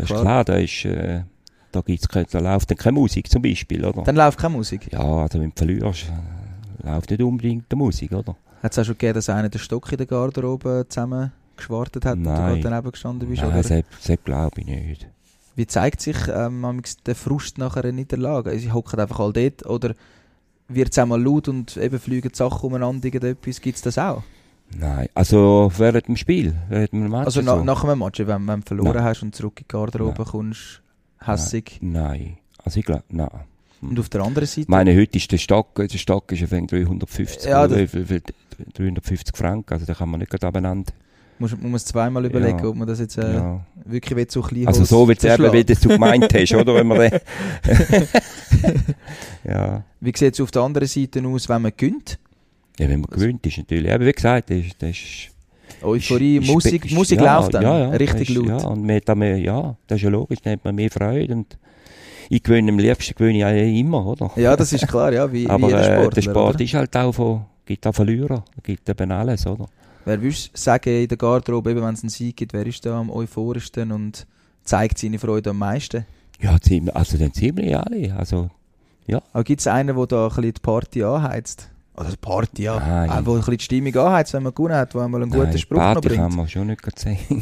Da läuft dann keine Musik zum Beispiel, oder?
Dann läuft keine Musik?
Ja, also wenn du verlierst, läuft nicht unbedingt die Musik, oder?
Hat es auch schon gegeben, dass einer den Stock in der Garderobe zusammen geschwartet hat und du gerade daneben gestanden bist?
Nein, das glaube ich nicht.
Wie zeigt sich der Frust nach einer Niederlage? Sie hocken einfach all dort oder wird es auch mal laut und eben fliegen die Sachen umeinander, irgendetwas? Gibt es das auch?
Nein, also während dem Spiel, während dem Match.
Also nach einem Match, wenn du verloren hast und zurück in die Garderobe kommst, hässig?
Nein, also ich glaube, nein.
Und auf der anderen Seite? Ich
meine, heute ist der Stock ist 350, 350 Franken, also da kann man nicht gerade abeinander.
Muss man es zweimal überlegen, ob man das jetzt wirklich so klein
also so wird es eben, wie du gemeint hast, oder? Wenn man ja.
Wie sieht es auf der anderen Seite aus, wenn man gewinnt?
Ja, wenn man gewinnt, ist natürlich, aber wie gesagt, das ist
Euphorie, Musik läuft dann richtig laut.
Ja, und das ist ja logisch, dann hat man mehr Freude und ich gewinne am liebsten ja immer, oder?
Ja, das ist klar, ja, wie
aber
jeder Sportler,
der Sport
oder?
ist halt auch gibt auch Verlierer, gibt eben alles, oder?
Wer würdest du sagen, in der Garderobe, wenn es einen Sieg gibt, wer ist da am euphorischsten und zeigt seine Freude am meisten?
Ja, also dann ziemlich alle, also, ja.
Aber gibt es einen, der da ein bisschen die Party anheizt? Oder die Party, ja.
Nein.
Der ein bisschen die Stimmung anheizt, wenn man gewonnen hat, der einmal einen guten Spruch noch
Party
bringt?
kann man schon nicht sagen.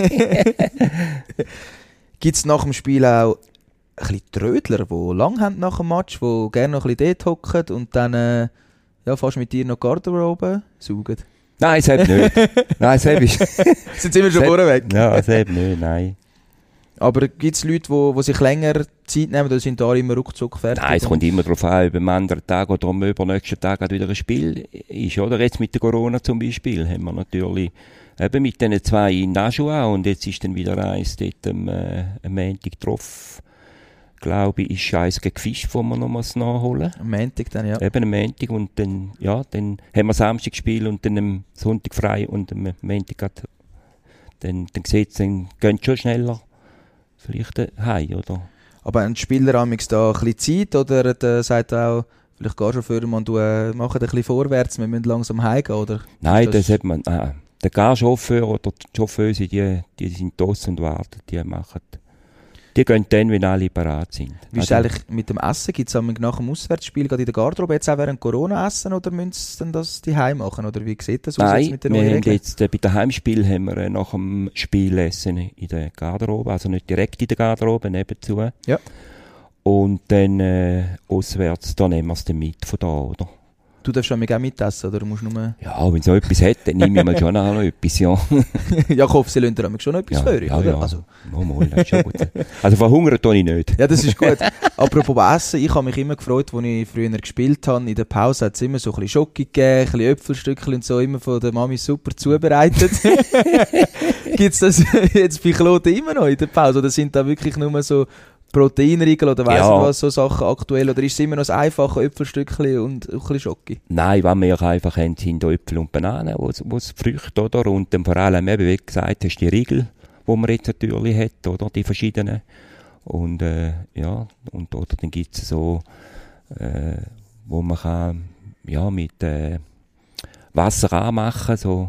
Gibt es nach dem Spiel auch ein bisschen Trödler, die lang haben nach dem Match, die gerne noch ein bisschen dort hocken und dann fast mit dir noch die Garderobe saugen?
Nein, selbst nicht. Nein, selbst
sind immer schon vorne weg?
Ja, selbst nicht, nein.
Aber gibt es Leute, die sich länger Zeit nehmen oder sind da immer ruckzuck fertig?
Nein, es kommt immer darauf an, ob am anderen Tag oder am übernächsten Tag wieder ein Spiel ist. Oder jetzt mit der Corona zum Beispiel haben wir natürlich eben mit diesen 2 in Nashua und jetzt ist dann wieder eins dort am Montag getroffen. Glaube ich, ist eins gegen Fisch, wo wir noch nachholen.
Am Montag dann, ja.
Eben am Montag und dann haben wir Samstag gespielt und dann am Sonntag frei und am Montag dann gehen sie schon schneller vielleicht heim, oder?
Aber ein Spieler haben da ein bisschen Zeit oder der sagt auch, vielleicht gehst du für man, du machst ein bisschen vorwärts, wir müssen langsam heimgehen, oder?
Nein, das hat man, der Garchauffeur oder die Chauffeuse, die sind draussen und warten, die gehen dann, wenn alle parat sind.
Wie ist es eigentlich mit dem Essen? Gibt es nach dem Auswärtsspiel gerade in der Garderobe jetzt auch während Corona essen oder müssen sie dann das daheim machen? Oder wie sieht das aus jetzt mit den neuen Regeln?
Nein, jetzt bei dem Heimspiel haben wir nach dem Spiel Essen in der Garderobe, also nicht direkt in der Garderobe, nebenzu.
Ja.
Und dann auswärts, da nehmen wir es dann mit von da, oder?
Du darfst schon auch mitessen, oder? Du musst nur...
Ja, wenn es noch etwas hat, dann nehme ich mal schon noch etwas, ja.
Ja, ich hoffe, sie lassen dir schon noch etwas für,
ja,
oder?
Ja,
also.
Mal, das ist schon gut. Also verhungern tue ich nicht.
Ja, das ist gut. Apropos Essen, ich habe mich immer gefreut, als ich früher gespielt habe. In der Pause hat es immer so ein bisschen Schoki gegeben, ein bisschen Äpfelstückchen und so, immer von der Mami super zubereitet. Gibt es das jetzt bei Kloten immer noch in der Pause? Oder sind da wirklich nur so Proteinriegel oder weiss nicht was, so Sachen aktuell? Oder ist es immer noch das einfache Äpfelstückchen und ein bisschen Schoki?
Nein, was wir einfach haben, sind Äpfel und Bananen, wo es Früchte, oder? Und dann vor allem, eben, wie gesagt, hast du die Riegel, die man jetzt natürlich hat, oder? Die verschiedenen. Und, oder dann gibt es so, wo man kann, mit Wasser anmachen, so,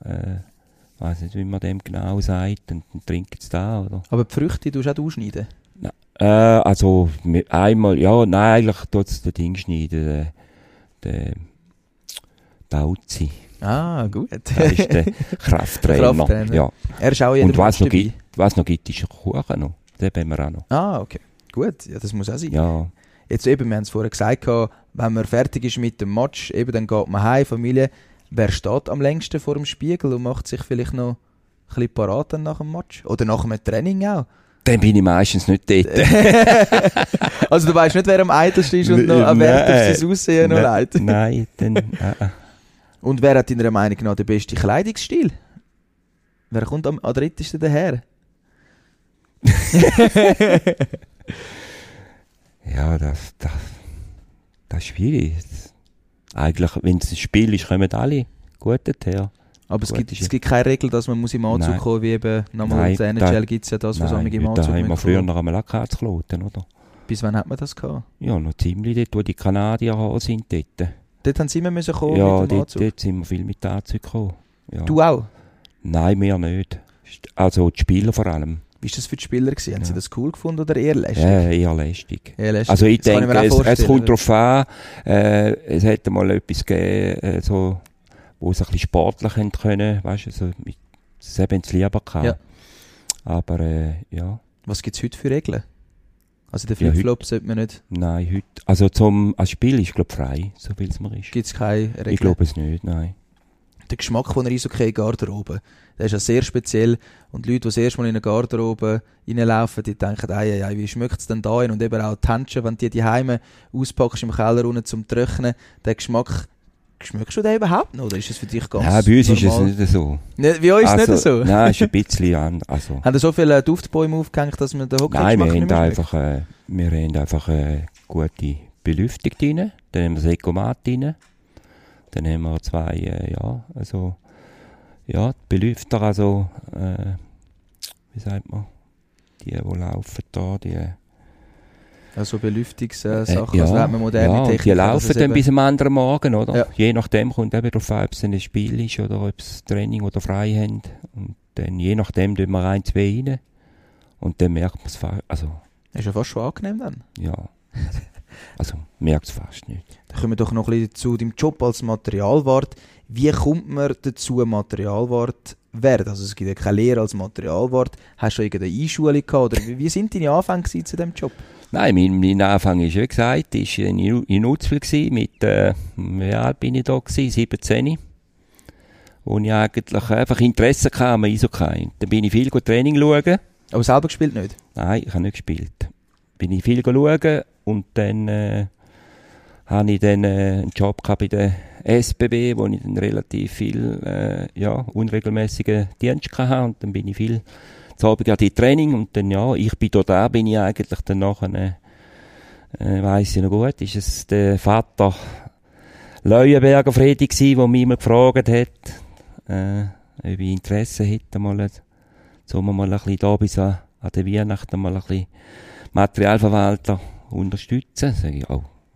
weiss nicht, wie man dem genau sagt, und dann trinkt es da, oder?
Aber die Früchte tust du auch ausschneiden?
Also einmal, eigentlich tut es den Ding schneiden, der Bauzi.
Ah, gut.
Das ist der Krafttrainer. Ja.
Er ist auch jeder
Und was noch gibt, ist Kuchen noch. Den haben wir auch noch.
Ah, okay. Gut, ja, das muss auch sein.
Ja.
Jetzt eben, wir haben es vorher gesagt, wenn man fertig ist mit dem Match, eben, dann geht man heim, Familie. Wer steht am längsten vor dem Spiegel und macht sich vielleicht noch ein bisschen parat nach dem Match? Oder nach einem Training auch?
Dann bin ich meistens nicht dort.
Also du weißt nicht, wer am eitelsten ist und noch am Wert auf sein Aussehen noch leid?
Nein, dann...
Und wer hat in deiner Meinung nach den besten Kleidungsstil? Wer kommt am adrettesten daher?
Ja, das ist schwierig. Eigentlich, wenn es ein Spiel ist, kommen alle gut daher.
Aber es gibt keine Regel, dass man im Anzug kommen, wie eben nochmal in der NHL gibt es ja das, was im Anzug
da haben wir früher noch einmal Kloten, oder?
Bis wann hat man das gehabt?
Ja, noch ziemlich dort, wo die Kanadier sind dort.
Dort haben sie immer müssen kommen
mit dem Anzug? Ja, dort sind wir viel mit Anzug gekommen. Ja.
Du auch?
Nein, wir nicht. Also die Spieler vor allem.
Wie war das für die Spieler gewesen? Haben sie das cool gefunden oder eher lästig?
Eher lästig. Also ich
Das
denke, es kommt darauf an, es hätte mal etwas gegeben, so, wo sie ein bisschen sportlich können, weißt du, so, das haben sie lieber gehabt.
Ja.
Aber, ja.
Was gibt es heute für Regeln? Also den Flipflop sollte man nicht...
Nein, heute, also als Spiel ist, glaube ich, frei, so viel es mir ist.
Gibt es keine Regeln?
Ich glaube es nicht, nein.
Der Geschmack von einer Eishockey-Garderobe, der ist ja sehr speziell. Und die Leute, die das erste Mal in eine Garderobe reinlaufen, die denken, wie schmeckt es denn da hin? Und eben auch die Händchen, wenn die Heime auspackst im Keller unten zum Trocknen, der Geschmack, schmeckst du den überhaupt noch? Oder ist es für dich ganz
Nein, bei uns
normal?
ist es nicht so.
Bei euch ist es nicht so?
Nein, ist ein bisschen anders. Also.
Haben da so viele Duftbäume aufgehängt, dass man den
Nein,
Hockey-Geschmack nicht mehr schmeckt?
wir haben einfach gute Belüftung drin, dann haben wir das Ecomat drin, dann haben wir 2, die Belüfter, also, wie sagt man, die laufen da, die...
Also Belüftungssachen, also hat man moderne Technik.
Die laufen dann bis am anderen Morgen, oder?
Ja.
Je nachdem kommt eben darauf an, ob es ein Spiel ist oder ob es Training oder frei haben. Und dann je nachdem tun wir 1, 2 rein. Und dann merkt man es fast, also...
Ist ja fast schon angenehm dann.
Ja, also merkt es fast nicht.
Dann kommen wir doch noch ein bisschen zu deinem Job als Materialwart. Wie kommt man dazu, Materialwart zu werden? Also es gibt ja keine Lehre als Materialwart. Hast du irgendeine Einschulung gehabt? Oder wie sind deine Anfänge zu diesem Job?
Nein, mein Anfang ist, wie gesagt, war in Utzwil mit, wie alt bin ich da gewesen? 17. Wo ich eigentlich einfach Interesse hatte am Eishockey. Dann bin ich viel Training schauen.
Aber selber gespielt nicht?
Nein, ich habe nicht gespielt. Bin ich viel schauen und dann habe ich dann einen Job gehabt bei der SBB, wo ich dann relativ viel unregelmäßige Dienst hatte. Und dann bin ich viel zu Abend an die Training und dann, ich bin da bin ich eigentlich dann nachher, weiss ich noch gut, ist es der Vater Leuenberger Fredi gsi, der mich immer gefragt hat, ob ich Interesse hätte, mal ein bisschen da bis an der Weihnachten mal ein bisschen Materialverwalter unterstützen. Sag ich,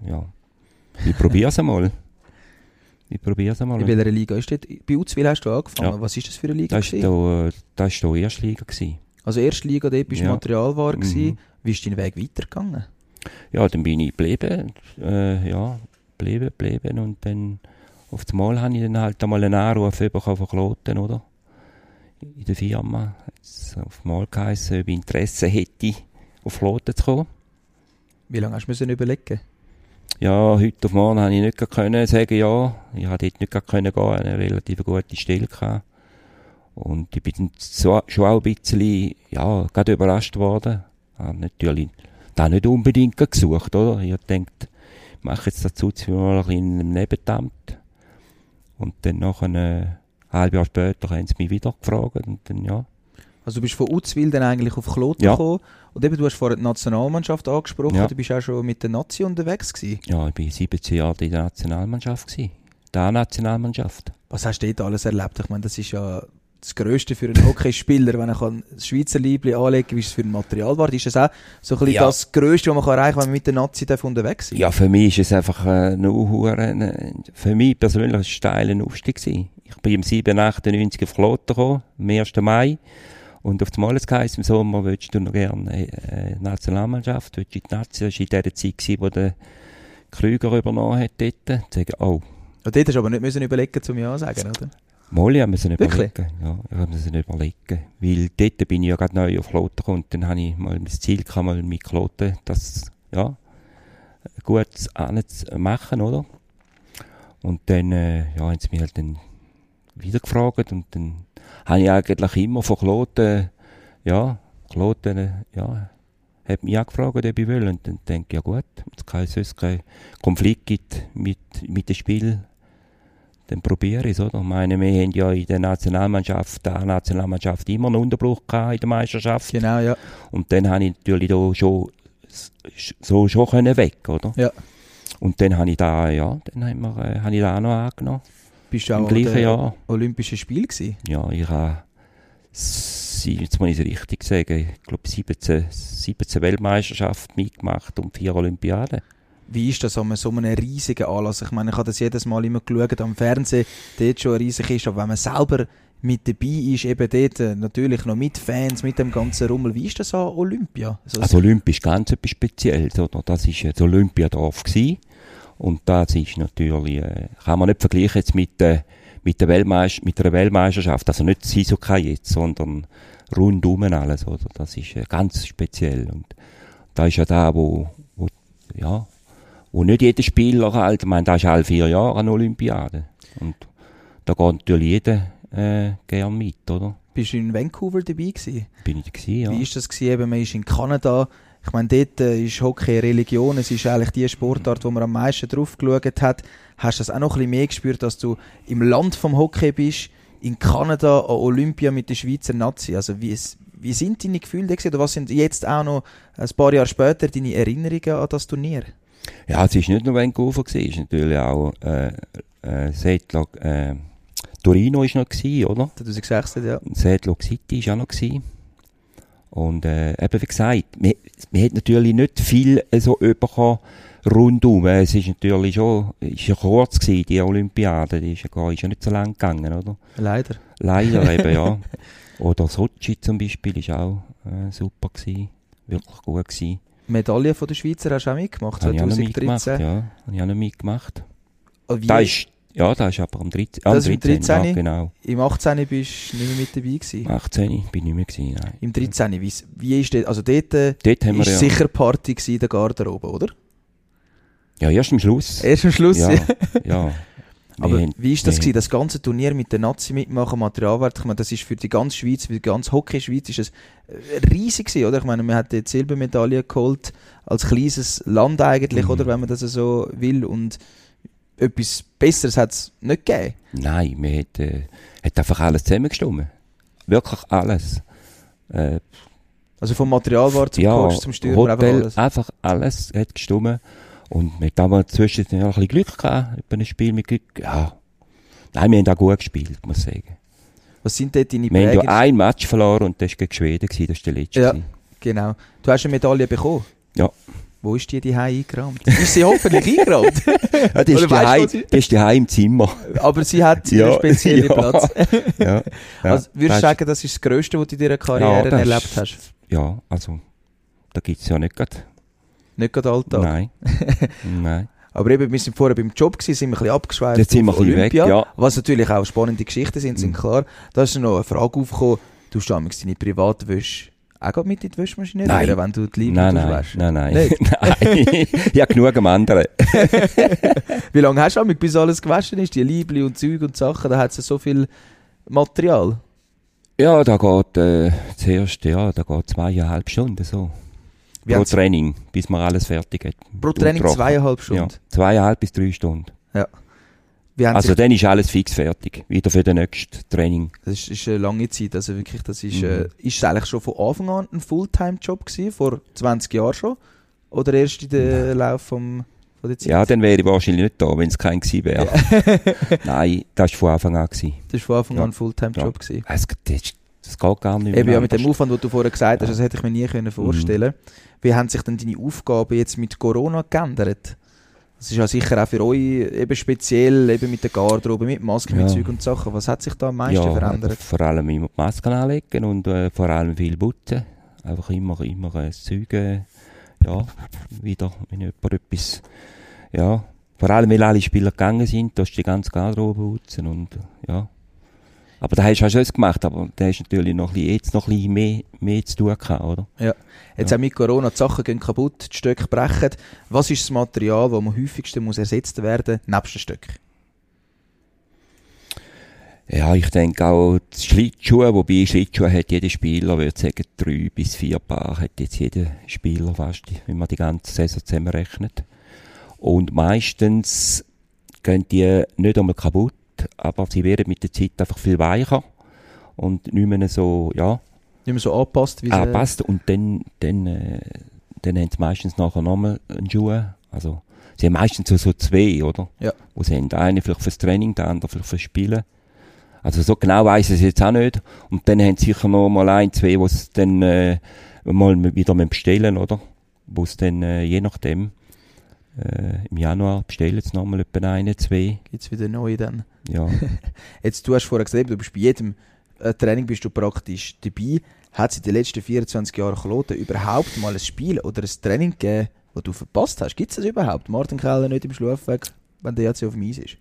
ich probiere es einmal. In
welcher Liga ist das? Bei Utzwil hast du angefangen. Ja. Was war das für eine Liga?
Das war die Erstliga.
Also erste Liga, dort bist du Materialwart gewesen. Wie ist dein Weg weitergegangen? Ja,
dann bin ich geblieben. Geblieben. Und dann auf einmal habe ich dann halt einmal einen Anruf bekommen von Kloten, oder? In der Firma. Es auf einmal geheißen, ob ich Interesse hätte, auf Kloten zu kommen.
Wie lange hast du überlegen?
Ja, heute auf morgen konnte ich nicht sagen, ja. Ich konnte dort nicht gehen, eine relativ gute Stelle gehabt. Und ich bin dann schon auch ein bisschen, gerade überrascht worden. Habe natürlich da nicht unbedingt gesucht, oder? Ich dachte, ich mache jetzt dazu mal ein bisschen in einem Nebenamt. Und dann nach ein halbes Jahr später haben sie mich wieder gefragt und dann,
Also du bist von Utzwil dann eigentlich auf Kloten gekommen. Und eben, du hast vorhin die Nationalmannschaft angesprochen. Ja. Du bist auch schon mit der Nazi unterwegs gewesen.
Ja, ich war 17 Jahre in der Nationalmannschaft gewesen. Der Nationalmannschaft.
Was hast du dort alles erlebt? Ich meine, das ist ja das Grösste für einen Hockeyspieler, wenn er das Schweizer Liebli anlegen kann. Wie ist es für einen Materialwart? Ist das auch so ein bisschen das Grösste, was man erreichen kann, wenn man mit der Nazi unterwegs ist? Ja,
für mich ist es einfach für mich persönlich ein steiler Aufstieg gewesen. Ich bin im 97 auf Kloten gekommen, am 1. Mai. Und auf einmal heisst im Sommer, willst du noch gerne Nationalmannschaft, willst du in die Nazi? Das war in der Zeit, wo der Krüger übernommen hat dort. Sagen,
Und dort hast du aber nicht überlegen, um Ja zu sagen, oder?
Mal, ich musste überlegen. Ja, ich musste überlegen. Weil dort bin ich ja gerade neu auf Kloten gekommen und dann habe ich mal das Ziel gehabt, mal mit Kloten das, gut machen, oder? Und dann, haben sie mich halt dann wieder gefragt und dann habe ich eigentlich immer von Kloten, hat mich auch gefragt, ob ich will. Und dann denke ich, ja gut, wenn es sonst keinen Konflikt gibt mit dem Spiel, dann probiere ich es, oder? Ich meine, wir haben ja in der Nationalmannschaft immer einen Unterbruch gehabt in der Meisterschaft.
Genau, ja.
Und dann habe ich natürlich da schon können weg, oder?
Ja.
Und dann habe ich da, habe ich da auch noch angenommen.
Bist du auch im gleichen Jahr Olympischen Spiel gewesen?
Ja, ich habe, jetzt muss ich es richtig sagen, ich glaube 17 Weltmeisterschaften mitgemacht und 4 Olympiaden.
Wie ist das an so einem riesigen Anlass? Ich meine, ich habe das jedes Mal immer geschaut am Fernsehen, dort schon riesig ist, aber wenn man selber mit dabei ist, eben dort natürlich noch mit Fans, mit dem ganzen Rummel. Wie ist das an Olympia?
Also Olympia ist ganz etwas Spezielles, oder? Das war das Olympiadorf gewesen. Und das ist natürlich, kann man nicht vergleichen jetzt mit einer Weltmeisterschaft. Also nicht das Eishockey jetzt, sondern rundum alles, oder? Das ist ganz speziell. Und da ist ja da, wo nicht jeder Spieler halt, ich meine, da ist alle 4 Jahre eine Olympiade. Und da geht natürlich jeder gern mit, oder?
Bist du in Vancouver dabei gewesen?
Bin ich gewesen, ja.
Wie ist das gewesen? Eben, man ist in Kanada. Ich meine, dort ist Hockey Religion. Es ist eigentlich die Sportart, wo man am meisten drauf geschaut hat. Hast du das auch noch ein bisschen mehr gespürt, dass du im Land vom Hockey bist, in Kanada an Olympia mit der Schweizer Nazi? Also wie sind deine Gefühle da gewesen? Oder was sind jetzt auch noch ein paar Jahre später deine Erinnerungen an das Turnier?
Ja, es ist nicht nur Vancouver gewesen, es ist natürlich auch Seattle, Torino ist noch gewesen, oder?
2016, ja.
Seattle City ist auch noch gewesen. Und eben wie gesagt, man hat natürlich nicht viel so bekommen rundum. Es ist natürlich schon, ist ja kurz gewesen, die Olympiade, die ist ja nicht so lang gegangen, oder?
Leider.
Leider eben, ja. Oder Sochi zum Beispiel ist auch super gewesen, wirklich gut gewesen.
Medaille von der Schweizer hast du auch mitgemacht,
2013? Ja, habe ich auch noch mitgemacht. Da ist aber am 13.
Das im 13.
Ja, genau.
Im 18. bist du nicht mehr mit dabei gewesen?
18. bin ich nicht mehr gewesen, nein.
Im 13. Wie ist das? Also dort
haben wir
sicher Party gewesen in der Garderobe, oder?
Ja, erst am Schluss.
Erst am Schluss,
ja. Ja.
Aber wie ist das gewesen, das ganze Turnier mit den Nazi mitmachen, Materialwert? Ich meine, das ist für die ganze Schweiz, für die ganze Hockey-Schweiz ist es riesig gewesen, oder? Ich meine, man hat die Silbermedaille geholt, als kleines Land eigentlich, oder? Wenn man das so will. Und etwas Besseres hat es nicht gegeben.
Nein, man hat einfach alles zusammengestimmt. Wirklich alles.
Also vom Materialwart zum Coach, zum Stürmer,
Hotel, einfach alles hat gestimmt. Und wir haben damals zwischendurch ein bisschen Glück gehabt, bei einem Spiel mit Glück. Ja. Nein, wir haben auch gut gespielt, muss ich sagen.
Was sind dort deine
Prägen? Wir haben ja ein Match verloren und das war gegen Schweden, das war der letzte.
Ja, genau. Du hast eine Medaille bekommen?
Ja.
Wo ist die eingerahmt? Ist sie hoffentlich eingerahmt?
Ja, die ist daheim im Zimmer.
Aber sie hat einen speziellen Platz.
Ja.
Also, würdest du sagen, das ist das Grösste, was du in deiner Karriere erlebt hast?
Ja, also, da gibt es ja nicht gerade.
Nicht gerade Alltag?
Nein. Nein.
Aber eben, wir sind vorher beim Job gewesen, sind wir ein bisschen abgeschweift.
Jetzt sind wir ein bisschen weg, ja.
Was natürlich auch spannende Geschichten sind klar. Da ist noch eine Frage aufgekommen, du hast damals deine Privatwäsche auch mit in die Wäschmaschine rühren, wenn du die Liebe waschst?
Nein. Nein. Ich habe genug am anderen.
Wie lange hast du damit, bis alles gewaschen ist? Die Liebli und Zeug und Sachen, da hat es so viel Material.
Ja, da geht zuerst, da geht 2,5 Stunden so. Pro Training, bis man alles fertig hat.
Pro Training 2,5 Stunden?
Ja, 2,5 bis 3 Stunden.
Ja.
Also dann ist alles fix fertig, wieder für den nächsten Training.
Das ist eine lange Zeit, also wirklich, das ist, ist es eigentlich schon von Anfang an ein Fulltime-Job gewesen, vor 20 Jahren schon? Oder erst in der Lauf von der Zeit?
Ja, dann wäre ich wahrscheinlich nicht da, wenn es kein gewesen wäre. Ja. Nein, das war von Anfang an gewesen.
Das war von Anfang an ein Fulltime-Job gewesen.
Das geht gar nicht mehr.
Eben ja, mit dem Aufwand, den du vorher gesagt hast, das hätte ich mir nie vorstellen können. Wie haben sich denn deine Aufgaben jetzt mit Corona geändert? Das ist ja sicher auch für euch eben speziell, eben mit der Garderobe, mit Masken, mit Zeug und Sachen. Was hat sich da am meisten verändert?
Vor allem immer die Masken anlegen und vor allem viel putzen. Einfach immer das Zeug, wieder, wenn jemand etwas, vor allem, weil alle Spieler gegangen sind, da ist die ganze Garderobe putzen und, Aber da hast du auch schon gemacht, aber da hast natürlich noch ein bisschen mehr zu tun gehabt, oder? Ja.
Jetzt auch mit Corona, die Sachen gehen kaputt, die Stöcke brechen. Was ist das Material, das am häufigsten muss ersetzt werden muss, nebst den Stöcken?
Ja, ich denke auch die Schlittschuhe, wobei Schlittschuhe hat jeder Spieler, würde sagen 3 bis 4 Paar hat jetzt jeder Spieler fast, wenn man die ganze Saison zusammenrechnet. Und meistens gehen die nicht einmal kaputt, aber sie werden mit der Zeit einfach viel weicher und nicht mehr so,
nicht mehr so angepasst, wie
angepasst. Und dann haben sie meistens nachher nochmal einen Schuh. Also, sie haben meistens so 2, oder? Ja. Wo sie haben. Der eine vielleicht fürs Training, der andere vielleicht fürs Spielen. Also, so genau weiss ich es jetzt auch nicht. Und dann haben sie sicher noch mal 1, 2, wo sie dann mal wieder bestellen, oder? Wo sie dann, je nachdem, im Januar bestellen sie nochmal etwa 1, 2.
Gibt's wieder neue dann?
Ja.
Jetzt, du hast vorher gesagt, du bist bei jedem Training bist du praktisch dabei. Hat es in den letzten 24 Jahren Kloten überhaupt mal ein Spiel oder ein Training gegeben, das du verpasst hast? Gibt es das überhaupt? Martin Keller nicht im Schlafweg, wenn der jetzt auf dem Eis ist?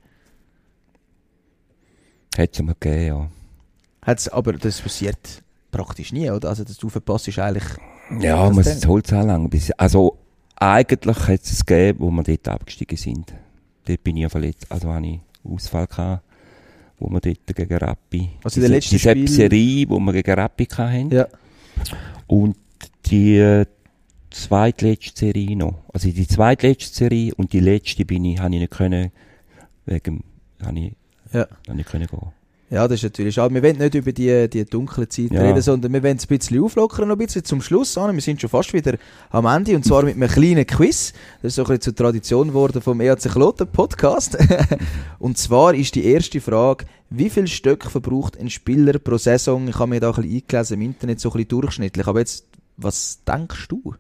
Hat es mal gegeben, ja.
Hat's, aber das passiert praktisch nie, oder? Also, dass du verpasst ist eigentlich...
Ja, man holt es auch lange. Also, eigentlich hat es gegeben, wo wir dort abgestiegen sind. Dort bin ich ja verletzt. Also, habe ich Ausfall gehabt, wo wir dort gegen Rappi...
Also, in der letzten Spiel...
Die Serie, wo wir gegen Rappi hatten.
Ja.
Und die zweitletzte Serie noch. Also, die zweitletzte Serie und die letzte habe ich nicht können, habe ich nicht können gehen.
Ja, das ist natürlich schade. Wir wollen nicht über die dunkle Zeit reden, sondern wir wollen es ein bisschen auflockern, noch ein bisschen zum Schluss an. Wir sind schon fast wieder am Ende und zwar mit einem kleinen Quiz. Das ist so ein bisschen zur Tradition geworden vom EAC Kloten Podcast. Und zwar ist die erste Frage, wie viele Stück verbraucht ein Spieler pro Saison? Ich habe mir da ein bisschen eingelesen im Internet, so ein bisschen durchschnittlich. Aber jetzt, was denkst du?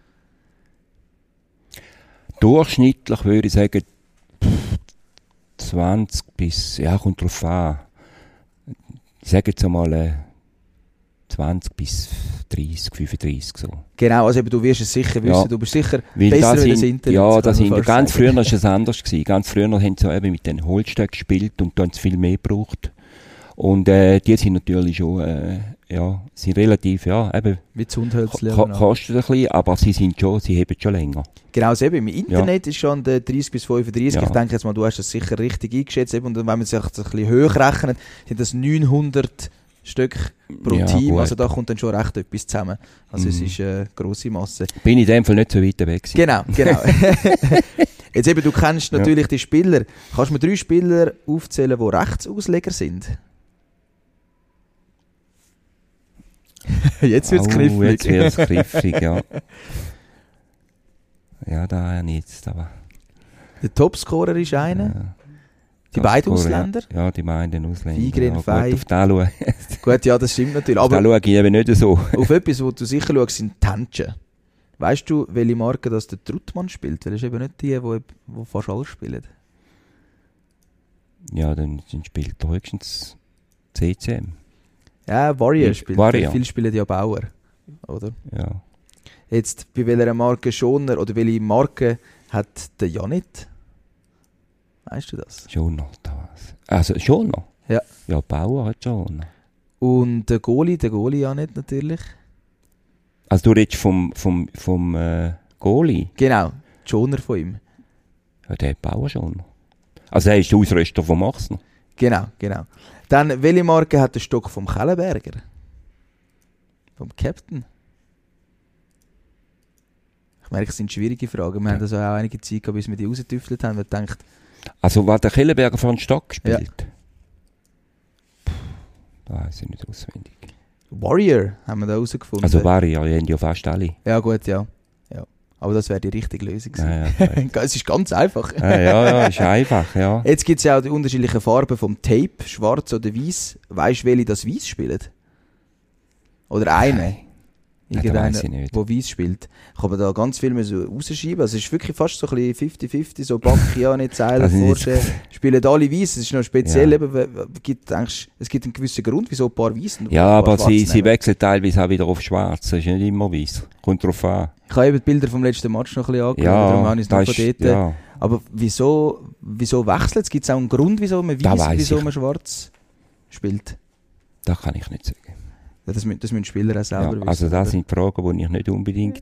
Durchschnittlich würde ich sagen 20 bis, ja, kommt drauf an. Ich sage jetzt einmal 20 bis 30, 35 so.
Genau, also eben, du wirst es sicher wissen,
ja.
Du bist sicher
weil
besser als das Internet.
Ja, ganz früher war es anders gewesen. Ganz früher haben sie eben mit den Holzstöcken gespielt und da haben sie viel mehr gebraucht. Und die sind natürlich schon, sind relativ, eben...
Wie Zundhölzli.
Kosten ein bisschen, aber sie heben schon länger.
Genau, also eben, im Internet ist schon 30 bis 35. Ja. Ich denke jetzt mal, du hast das sicher richtig eingeschätzt. Eben, und wenn man sich das ein bisschen hoch rechnet, sind das 900 Stück pro Team. Gut. Also da kommt dann schon recht etwas zusammen. Also es ist eine grosse Masse.
Bin in dem Fall nicht so weit weg gewesen.
Genau. Jetzt eben, du kennst natürlich die Spieler. Kannst du mir 3 Spieler aufzählen, die Rechtsausleger sind? Jetzt wird es griffig.
Jetzt wird es griffig, ja. Ja, da nichts. Aber
der Topscorer ist einer. Ja. Die beiden Ausländer?
Ja, die beiden Ausländer.
Vigren, Fey.
Auf den schauen.
Gut, ja, das stimmt natürlich.
Aber da schaue ich eben nicht so.
Auf etwas, wo du sicher schaust, sind Tänze. Weißt du, welche Marke das der Truttmann spielt? Weil das ist eben nicht die fast alle spielen.
Ja, dann spielt er höchstens CCM.
Ja, Warrior spielt.
Warrior.
Viele spielen ja Bauer, oder?
Ja.
Jetzt, bei welcher Marke Schoner oder welche Marke hat der Janit? Weißt du das?
Schoner, da was. Also Schoner?
Ja.
Ja, Bauer hat Schoner.
Und der Goalie Janit natürlich.
Also du redest vom Goalie?
Genau, Schoner von ihm.
Ja, der hat Bauer Schoner. Also er ist der Ausrüster von Machsner.
Genau. Dann, welche Marke hat der Stock vom Kellenberger? Vom Captain? Ich merke, es sind schwierige Fragen. Wir haben also auch einige Zeit gehabt, bis wir die rausgetüftelt haben. Wir denkt,
also, was der Kellenberger für einen Stock spielt? Ja. Da weiß ich nicht auswendig.
Warrior haben wir da rausgefunden.
Also Warrior, die haben ja fast alle.
Ja gut, ja. Aber das wäre die richtige Lösung gewesen.
Ja,
es ist ganz einfach.
Ja, ist einfach, ja.
Jetzt gibt es ja auch die unterschiedlichen Farben vom Tape, schwarz oder weiß. Weißt du, welche das weiß spielt? Oder eine? Irgendeiner, der weiß spielt. Kann man da ganz viel so rausschieben. Also es ist wirklich fast so ein bisschen 50-50, so Bacchiane, Zeilen, vorstellen. Spielen alle weiß. Es ist noch speziell, es gibt einen gewissen Grund, wieso ein paar weiß und
ja, aber sie wechseln teilweise auch wieder auf schwarz. Das ist nicht immer weiß. Kommt drauf an.
Ich habe eben die Bilder vom letzten Match noch ein bisschen angeschaut.
Ja,
darum habe ich es noch von dort. Ja. Aber wieso wechselt es? Gibt es auch einen Grund, wieso man weiß, wieso man schwarz spielt?
Das kann ich nicht sagen.
Ja, das müssen die Spieler auch selber wissen.
Also das sind Fragen, die ich nicht unbedingt...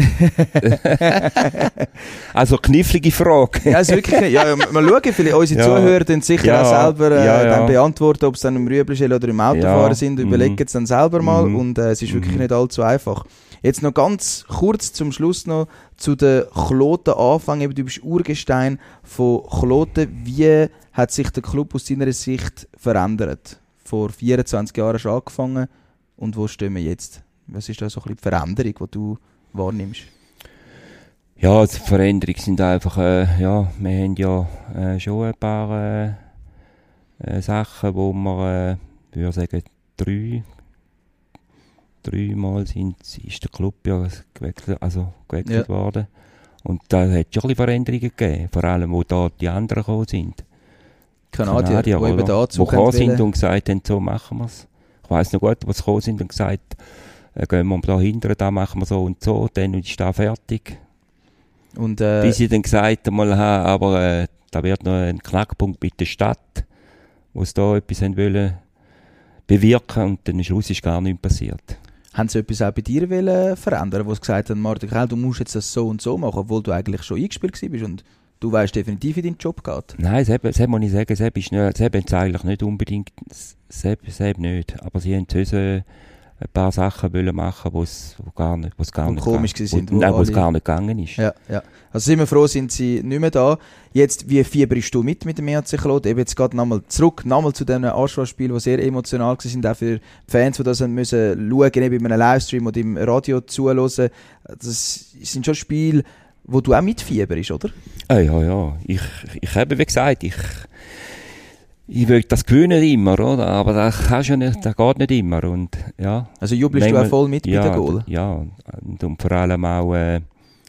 Also knifflige Fragen.
Ja, also wirklich, ja, mal schauen, vielleicht unsere Zuhörer dann sicher auch selber dann beantworten, ob sie dann im Rüebli oder im Autofahren sind, überlegen es dann selber mal und es ist wirklich nicht allzu einfach. Jetzt noch ganz kurz zum Schluss noch zu den Kloten Anfang. Du bist Urgestein von Kloten. Wie hat sich der Club aus deiner Sicht verändert? Vor 24 Jahren schon angefangen. Und wo stehen wir jetzt? Was ist da so ein bisschen die Veränderung, die du wahrnimmst?
Ja, die Veränderungen sind einfach, wir haben ja schon ein paar Sachen, wo wir, ich würde sagen, dreimal ist der Club ja gewechselt worden. Und da hat es schon ein bisschen Veränderungen gegeben, vor allem, wo da die anderen gekommen sind.
Kanadier, die
eben da sind und gesagt haben, so machen wir es. weiss noch gut, was gekommen sind und gesagt, gehen wir da hinten, da machen wir so und so, dann ist da fertig.
Und,
bis ich dann gesagt habe, aber da wird noch ein Knackpunkt mit der Stadt, wo sie da etwas haben wollen bewirken und dann am Schluss ist gar nichts passiert.
Haben sie etwas auch bei dir verändern, wo sie gesagt haben, Martin Keil, du musst jetzt das so und so machen, obwohl du eigentlich schon eingespielt bist und du weißt definitiv, wie dein Job geht?
Nein, Sepp muss ich sagen, Sepp haben es eigentlich nicht unbedingt, Sepp nicht, aber sie haben ein paar Sachen wollen machen, wo es gar nicht
komisch sind,
wo es gar nicht gegangen ist.
Ja. Also sind wir froh, sind sie nicht mehr da. Jetzt, wie fieberst du mit dem EHC Kloten? Eben jetzt gerade nochmal zurück, zu diesen Anschlussspielen, die sehr emotional waren, auch für die Fans, die das müssen schauen, eben in einem Livestream oder im Radio zuhören. Das sind schon Spiele, wo du auch mitfieberst, oder?
Ja. Ich habe, wie gesagt, ich will das gewinnen immer, oder? Aber das kannst du nicht, das geht nicht immer. Und, ja.
Also jubelst du auch voll mit bei den Goal?
Ja, und vor allem auch,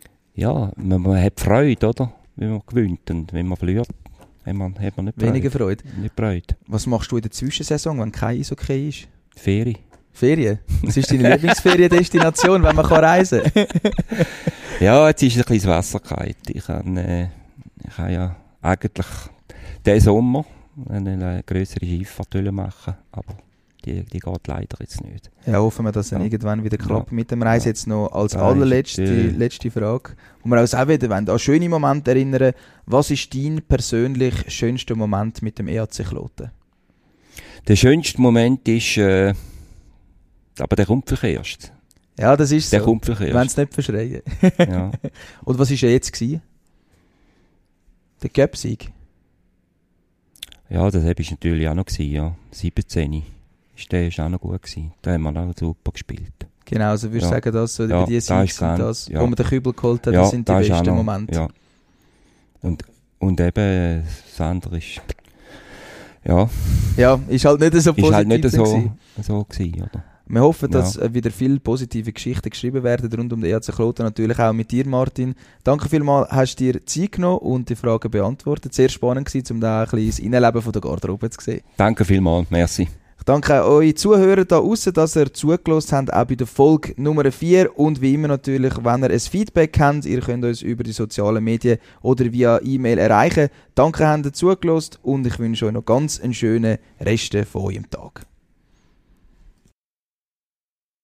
man hat Freude, oder? Wenn man gewinnt und wenn man verliert, hat man nicht Freude.
Weniger Freude?
Nicht Freude.
Was machst du in der Zwischensaison, wenn kein Eishockey ist?
Ferien?
Was ist deine Lieblingsferiendestination, wenn man reisen kann?
Ja, jetzt ist ein bisschen das Wasser gehalten. Ich habe ja eigentlich diesen Sommer eine grössere Schifffahrt machen, aber die geht leider jetzt nicht.
Ja, hoffen wir, dass es irgendwann wieder klappt mit dem Reisen. Jetzt noch als letzte Frage, wo wir uns auch wieder an schöne Momente erinnern. Was ist dein persönlich schönster Moment mit dem EHC Kloten?
Der schönste Moment ist, aber der kommt vielleicht erst.
Ja, das ist
der
so.
Kommt vielleicht erst.
Wenn es nicht verschreien.
Ja.
Und was war jetzt gewesen? Der Cup-Sieg?
Ja, das war natürlich auch noch gewesen, ja. 17. Der war auch noch gut gewesen. Da haben wir auch super gespielt.
Genau, also würdest du sagen, dass so die Siege sind das, wo man den Kübel geholt hat, das sind die besten Momente.
Ja. Und eben, das andere ist, ja.
Ja, ist halt nicht so positiv.
Ist halt nicht so gewesen, oder?
Wir hoffen, dass wieder viele positive Geschichten geschrieben werden rund um den EHC Kloten, natürlich auch mit dir, Martin. Danke vielmals, hast du dir Zeit genommen und die Fragen beantwortet. Sehr spannend gewesen, um da ein bisschen das Innenleben von der Garderobe zu sehen.
Danke vielmals, merci.
Ich danke auch euch Zuhörer da draussen, dass ihr zugelassen habt, auch bei der Folge Nummer 4. Und wie immer natürlich, wenn ihr ein Feedback habt, ihr könnt uns über die sozialen Medien oder via E-Mail erreichen. Danke, habt ihr zugelassen und ich wünsche euch noch ganz einen schönen Rest von eurem Tag.